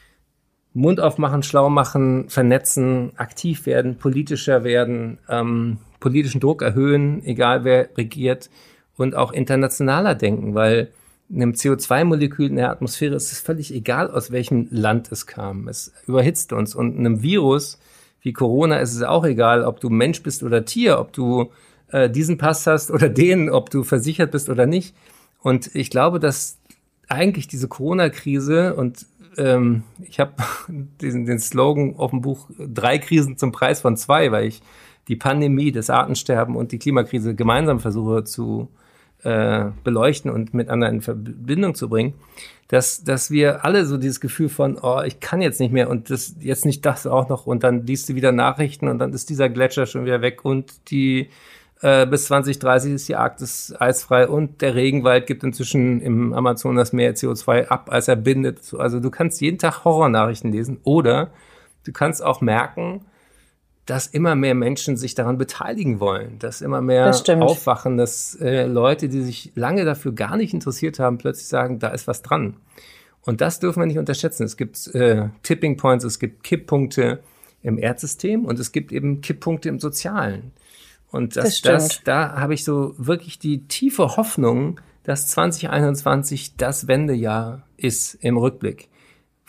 Mund aufmachen, schlau machen, vernetzen, aktiv werden, politischer werden, politischen Druck erhöhen, egal wer regiert und auch internationaler denken, weil einem CO2-Molekül in der Atmosphäre ist es völlig egal, aus welchem Land es kam. Es überhitzt uns. Und einem Virus wie Corona ist es auch egal, ob du Mensch bist oder Tier, ob du diesen Pass hast oder den, ob du versichert bist oder nicht. Und ich glaube, dass eigentlich diese Corona-Krise und ich habe den Slogan auf dem Buch 3 Krisen zum Preis von 2, weil ich die Pandemie, das Artensterben und die Klimakrise gemeinsam versuche zu beleuchten und miteinander in Verbindung zu bringen, dass wir alle so dieses Gefühl von, oh, ich kann jetzt nicht mehr und das jetzt nicht das auch noch und dann liest du wieder Nachrichten und dann ist dieser Gletscher schon wieder weg und die bis 2030 ist die Arktis eisfrei und der Regenwald gibt inzwischen im Amazonas mehr CO2 ab, als er bindet. Also du kannst jeden Tag Horrornachrichten lesen oder du kannst auch merken, dass immer mehr Menschen sich daran beteiligen wollen, dass immer mehr aufwachen, dass Leute, die sich lange dafür gar nicht interessiert haben, plötzlich sagen, da ist was dran. Und das dürfen wir nicht unterschätzen. Es gibt Tipping Points, es gibt Kipppunkte im Erdsystem und es gibt eben Kipppunkte im Sozialen. Und da habe ich so wirklich die tiefe Hoffnung, dass 2021 das Wendejahr ist im Rückblick.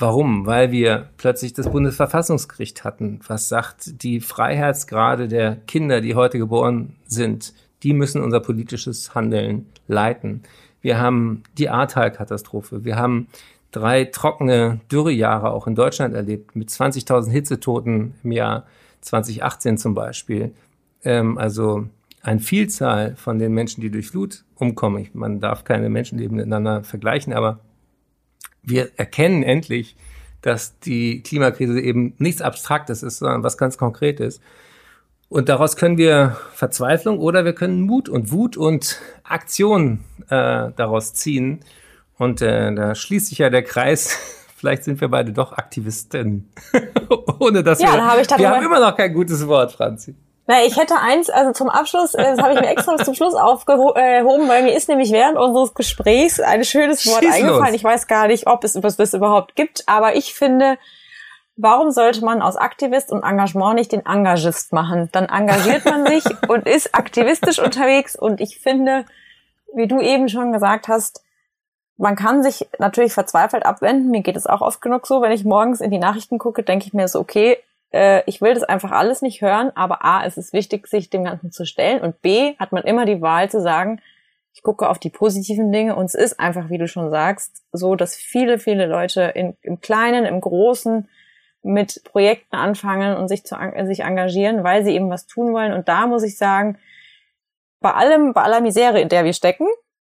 Warum? Weil wir plötzlich das Bundesverfassungsgericht hatten, was sagt, die Freiheitsgrade der Kinder, die heute geboren sind, die müssen unser politisches Handeln leiten. Wir haben die Ahrtal-Katastrophe. Wir haben 3 trockene Dürrejahre auch in Deutschland erlebt, mit 20.000 Hitzetoten im Jahr 2018 zum Beispiel. Also eine Vielzahl von den Menschen, die durch Flut umkommen. Man darf keine Menschenleben miteinander vergleichen, aber wir erkennen endlich, dass die Klimakrise eben nichts Abstraktes ist, sondern was ganz Konkretes. Und daraus können wir Verzweiflung oder wir können Mut und Wut und Aktion daraus ziehen. Und da schließt sich ja der Kreis. Vielleicht sind wir beide doch Aktivisten. Ohne dass wir haben immer noch kein gutes Wort, Franzi. Na, ich hätte eins, also zum Abschluss, das habe ich mir extra zum Schluss aufgehoben, weil mir ist nämlich während unseres Gesprächs ein schönes Wort eingefallen. Ich weiß gar nicht, ob es das überhaupt gibt, aber ich finde, warum sollte man aus Aktivist und Engagement nicht den Engagist machen? Dann engagiert man sich und ist aktivistisch unterwegs und ich finde, wie du eben schon gesagt hast, man kann sich natürlich verzweifelt abwenden. Mir geht es auch oft genug so, wenn ich morgens in die Nachrichten gucke, denke ich mir so, okay, ich will das einfach alles nicht hören, aber A, es ist wichtig, sich dem Ganzen zu stellen und B, hat man immer die Wahl zu sagen, ich gucke auf die positiven Dinge und es ist einfach, wie du schon sagst, so, dass viele, viele Leute im Kleinen, im Großen mit Projekten anfangen und sich engagieren, weil sie eben was tun wollen und da muss ich sagen, bei aller Misere, in der wir stecken,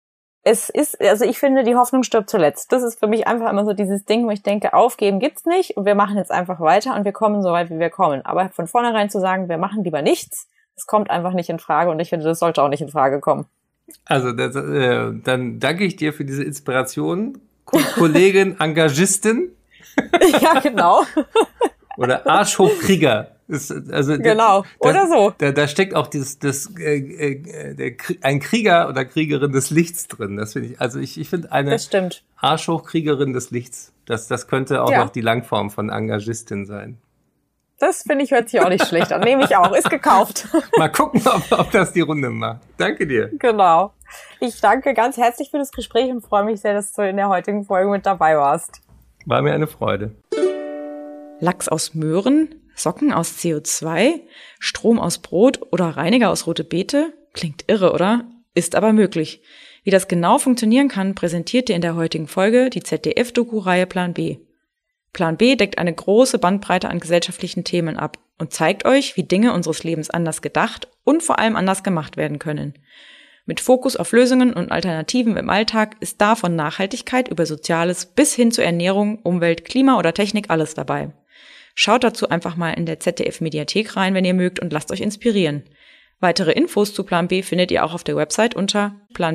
ich finde, die Hoffnung stirbt zuletzt. Das ist für mich einfach immer so dieses Ding, wo ich denke, aufgeben gibt's nicht und wir machen jetzt einfach weiter und wir kommen so weit, wie wir kommen. Aber von vornherein zu sagen, wir machen lieber nichts, das kommt einfach nicht in Frage und ich finde, das sollte auch nicht in Frage kommen. Also dann danke ich dir für diese Inspiration, Kollegin, Engagistin. Ja, genau. Oder Arschhochkrieger. Genau, oder so. Da steckt auch ein Krieger oder Kriegerin des Lichts drin. Das finde ich, also ich finde eine Arschhochkriegerin des Lichts. Das könnte auch noch die Langform von Engagistin sein. Das finde ich, hört sich auch nicht schlecht an. Nehme ich auch, ist gekauft. Mal gucken, ob das die Runde macht. Danke dir. Genau. Ich danke ganz herzlich für das Gespräch und freue mich sehr, dass du in der heutigen Folge mit dabei warst. War mir eine Freude. Lachs aus Möhren, Socken aus CO2, Strom aus Brot oder Reiniger aus rote Beete? Klingt irre, oder? Ist aber möglich. Wie das genau funktionieren kann, präsentiert dir in der heutigen Folge die ZDF-Doku-Reihe Plan B. Plan B deckt eine große Bandbreite an gesellschaftlichen Themen ab und zeigt euch, wie Dinge unseres Lebens anders gedacht und vor allem anders gemacht werden können. Mit Fokus auf Lösungen und Alternativen im Alltag ist da von Nachhaltigkeit über Soziales bis hin zu Ernährung, Umwelt, Klima oder Technik alles dabei. Schaut dazu einfach mal in der ZDF-Mediathek rein, wenn ihr mögt, und lasst euch inspirieren. Weitere Infos zu Plan B findet ihr auch auf der Website unter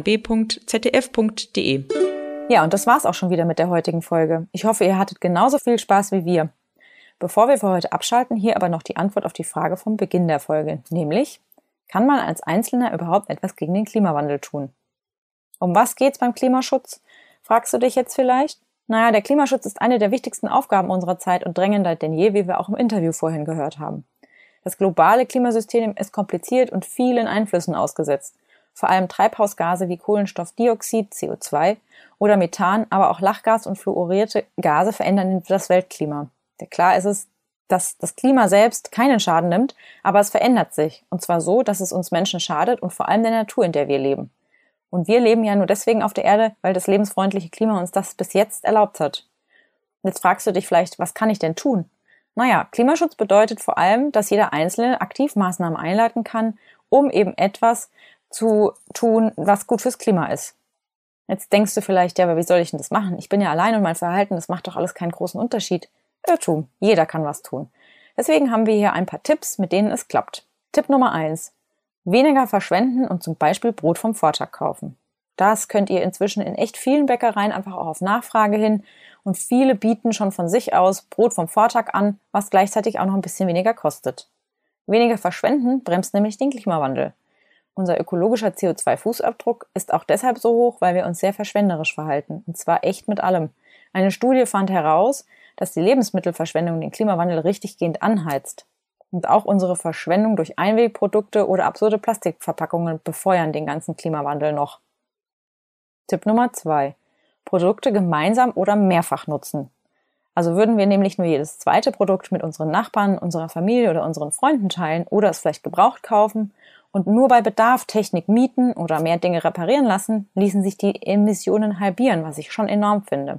planb.zdf.de. Ja, und das war's auch schon wieder mit der heutigen Folge. Ich hoffe, ihr hattet genauso viel Spaß wie wir. Bevor wir für heute abschalten, hier aber noch die Antwort auf die Frage vom Beginn der Folge, nämlich: Kann man als Einzelner überhaupt etwas gegen den Klimawandel tun? Um was geht's beim Klimaschutz? Fragst du dich jetzt vielleicht? Naja, der Klimaschutz ist eine der wichtigsten Aufgaben unserer Zeit und drängender denn je, wie wir auch im Interview vorhin gehört haben. Das globale Klimasystem ist kompliziert und vielen Einflüssen ausgesetzt. Vor allem Treibhausgase wie Kohlenstoffdioxid, CO2 oder Methan, aber auch Lachgas und fluorierte Gase verändern das Weltklima. Klar ist es, dass das Klima selbst keinen Schaden nimmt, aber es verändert sich. Und zwar so, dass es uns Menschen schadet und vor allem der Natur, in der wir leben. Und wir leben ja nur deswegen auf der Erde, weil das lebensfreundliche Klima uns das bis jetzt erlaubt hat. Und jetzt fragst du dich vielleicht, was kann ich denn tun? Naja, Klimaschutz bedeutet vor allem, dass jeder Einzelne aktiv Maßnahmen einleiten kann, um eben etwas zu tun, was gut fürs Klima ist. Jetzt denkst du vielleicht, ja, aber wie soll ich denn das machen? Ich bin ja allein und mein Verhalten, das macht doch alles keinen großen Unterschied. Irrtum, jeder kann was tun. Deswegen haben wir hier ein paar Tipps, mit denen es klappt. Tipp Nummer 1. Weniger verschwenden und zum Beispiel Brot vom Vortag kaufen. Das könnt ihr inzwischen in echt vielen Bäckereien einfach auch auf Nachfrage hin und viele bieten schon von sich aus Brot vom Vortag an, was gleichzeitig auch noch ein bisschen weniger kostet. Weniger verschwenden bremst nämlich den Klimawandel. Unser ökologischer CO2-Fußabdruck ist auch deshalb so hoch, weil wir uns sehr verschwenderisch verhalten, und zwar echt mit allem. Eine Studie fand heraus, dass die Lebensmittelverschwendung den Klimawandel richtiggehend anheizt. Und auch unsere Verschwendung durch Einwegprodukte oder absurde Plastikverpackungen befeuern den ganzen Klimawandel noch. Tipp Nummer 2. Produkte gemeinsam oder mehrfach nutzen. Also würden wir nämlich nur jedes zweite Produkt mit unseren Nachbarn, unserer Familie oder unseren Freunden teilen oder es vielleicht gebraucht kaufen und nur bei Bedarf Technik mieten oder mehr Dinge reparieren lassen, ließen sich die Emissionen halbieren, was ich schon enorm finde.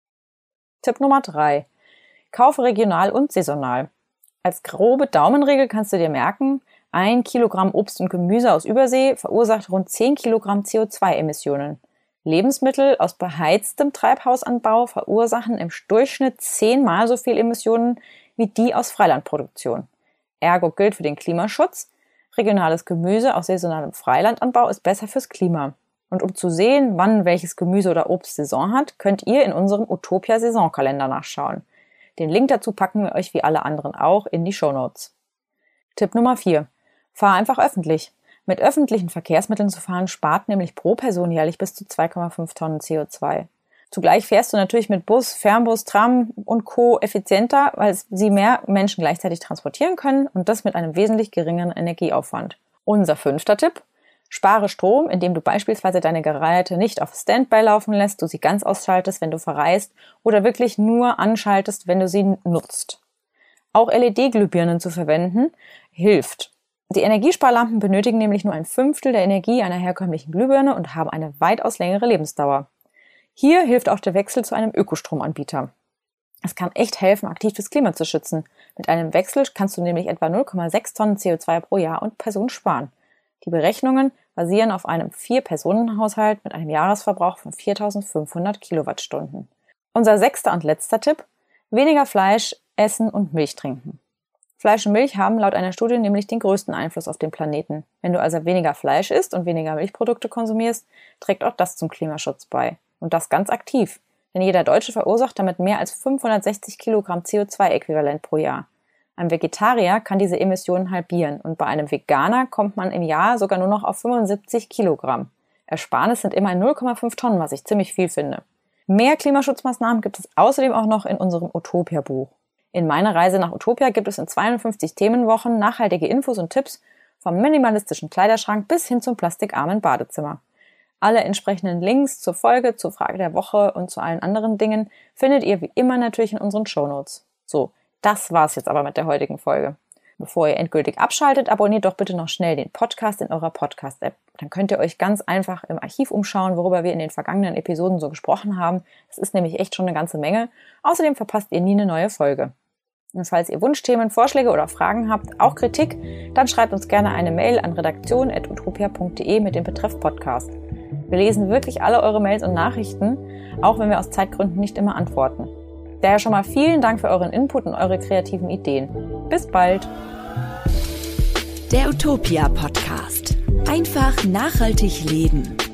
Tipp Nummer 3. Kaufe regional und saisonal. Als grobe Daumenregel kannst du dir merken, 1 Kilogramm Obst und Gemüse aus Übersee verursacht rund 10 Kilogramm CO2-Emissionen. Lebensmittel aus beheiztem Treibhausanbau verursachen im Durchschnitt 10-mal so viel Emissionen wie die aus Freilandproduktion. Ergo gilt für den Klimaschutz, regionales Gemüse aus saisonalem Freilandanbau ist besser fürs Klima. Und um zu sehen, wann welches Gemüse oder Obst Saison hat, könnt ihr in unserem Utopia-Saisonkalender nachschauen. Den Link dazu packen wir euch wie alle anderen auch in die Shownotes. Tipp Nummer 4. Fahr einfach öffentlich. Mit öffentlichen Verkehrsmitteln zu fahren spart nämlich pro Person jährlich bis zu 2,5 Tonnen CO2. Zugleich fährst du natürlich mit Bus, Fernbus, Tram und Co. effizienter, weil sie mehr Menschen gleichzeitig transportieren können und das mit einem wesentlich geringeren Energieaufwand. Unser 5. Tipp: Spare Strom, indem du beispielsweise deine Geräte nicht auf Standby laufen lässt, du sie ganz ausschaltest, wenn du verreist oder wirklich nur anschaltest, wenn du sie nutzt. Auch LED-Glühbirnen zu verwenden hilft. Die Energiesparlampen benötigen nämlich nur 1/5 der Energie einer herkömmlichen Glühbirne und haben eine weitaus längere Lebensdauer. Hier hilft auch der Wechsel zu einem Ökostromanbieter. Es kann echt helfen, aktiv das Klima zu schützen. Mit einem Wechsel kannst du nämlich etwa 0,6 Tonnen CO2 pro Jahr und Person sparen. Die Berechnungen basieren auf einem 4-Personen-Haushalt mit einem Jahresverbrauch von 4.500 Kilowattstunden. Unser 6. und letzter Tipp: Weniger Fleisch essen und Milch trinken. Fleisch und Milch haben laut einer Studie nämlich den größten Einfluss auf den Planeten. Wenn du also weniger Fleisch isst und weniger Milchprodukte konsumierst, trägt auch das zum Klimaschutz bei. Und das ganz aktiv. Denn jeder Deutsche verursacht damit mehr als 560 Kilogramm CO2-Äquivalent pro Jahr. Ein Vegetarier kann diese Emissionen halbieren und bei einem Veganer kommt man im Jahr sogar nur noch auf 75 Kilogramm. Ersparnis sind immerhin 0,5 Tonnen, was ich ziemlich viel finde. Mehr Klimaschutzmaßnahmen gibt es außerdem auch noch in unserem Utopia-Buch. In meiner Reise nach Utopia gibt es in 52 Themenwochen nachhaltige Infos und Tipps vom minimalistischen Kleiderschrank bis hin zum plastikarmen Badezimmer. Alle entsprechenden Links zur Folge, zur Frage der Woche und zu allen anderen Dingen findet ihr wie immer natürlich in unseren Shownotes. So, das war's jetzt aber mit der heutigen Folge. Bevor ihr endgültig abschaltet, abonniert doch bitte noch schnell den Podcast in eurer Podcast-App. Dann könnt ihr euch ganz einfach im Archiv umschauen, worüber wir in den vergangenen Episoden so gesprochen haben. Das ist nämlich echt schon eine ganze Menge. Außerdem verpasst ihr nie eine neue Folge. Und falls ihr Wunschthemen, Vorschläge oder Fragen habt, auch Kritik, dann schreibt uns gerne eine Mail an redaktion@utopia.de mit dem Betreff Podcast. Wir lesen wirklich alle eure Mails und Nachrichten, auch wenn wir aus Zeitgründen nicht immer antworten. Daher schon mal vielen Dank für euren Input und eure kreativen Ideen. Bis bald! Der Utopia Podcast. Einfach nachhaltig leben.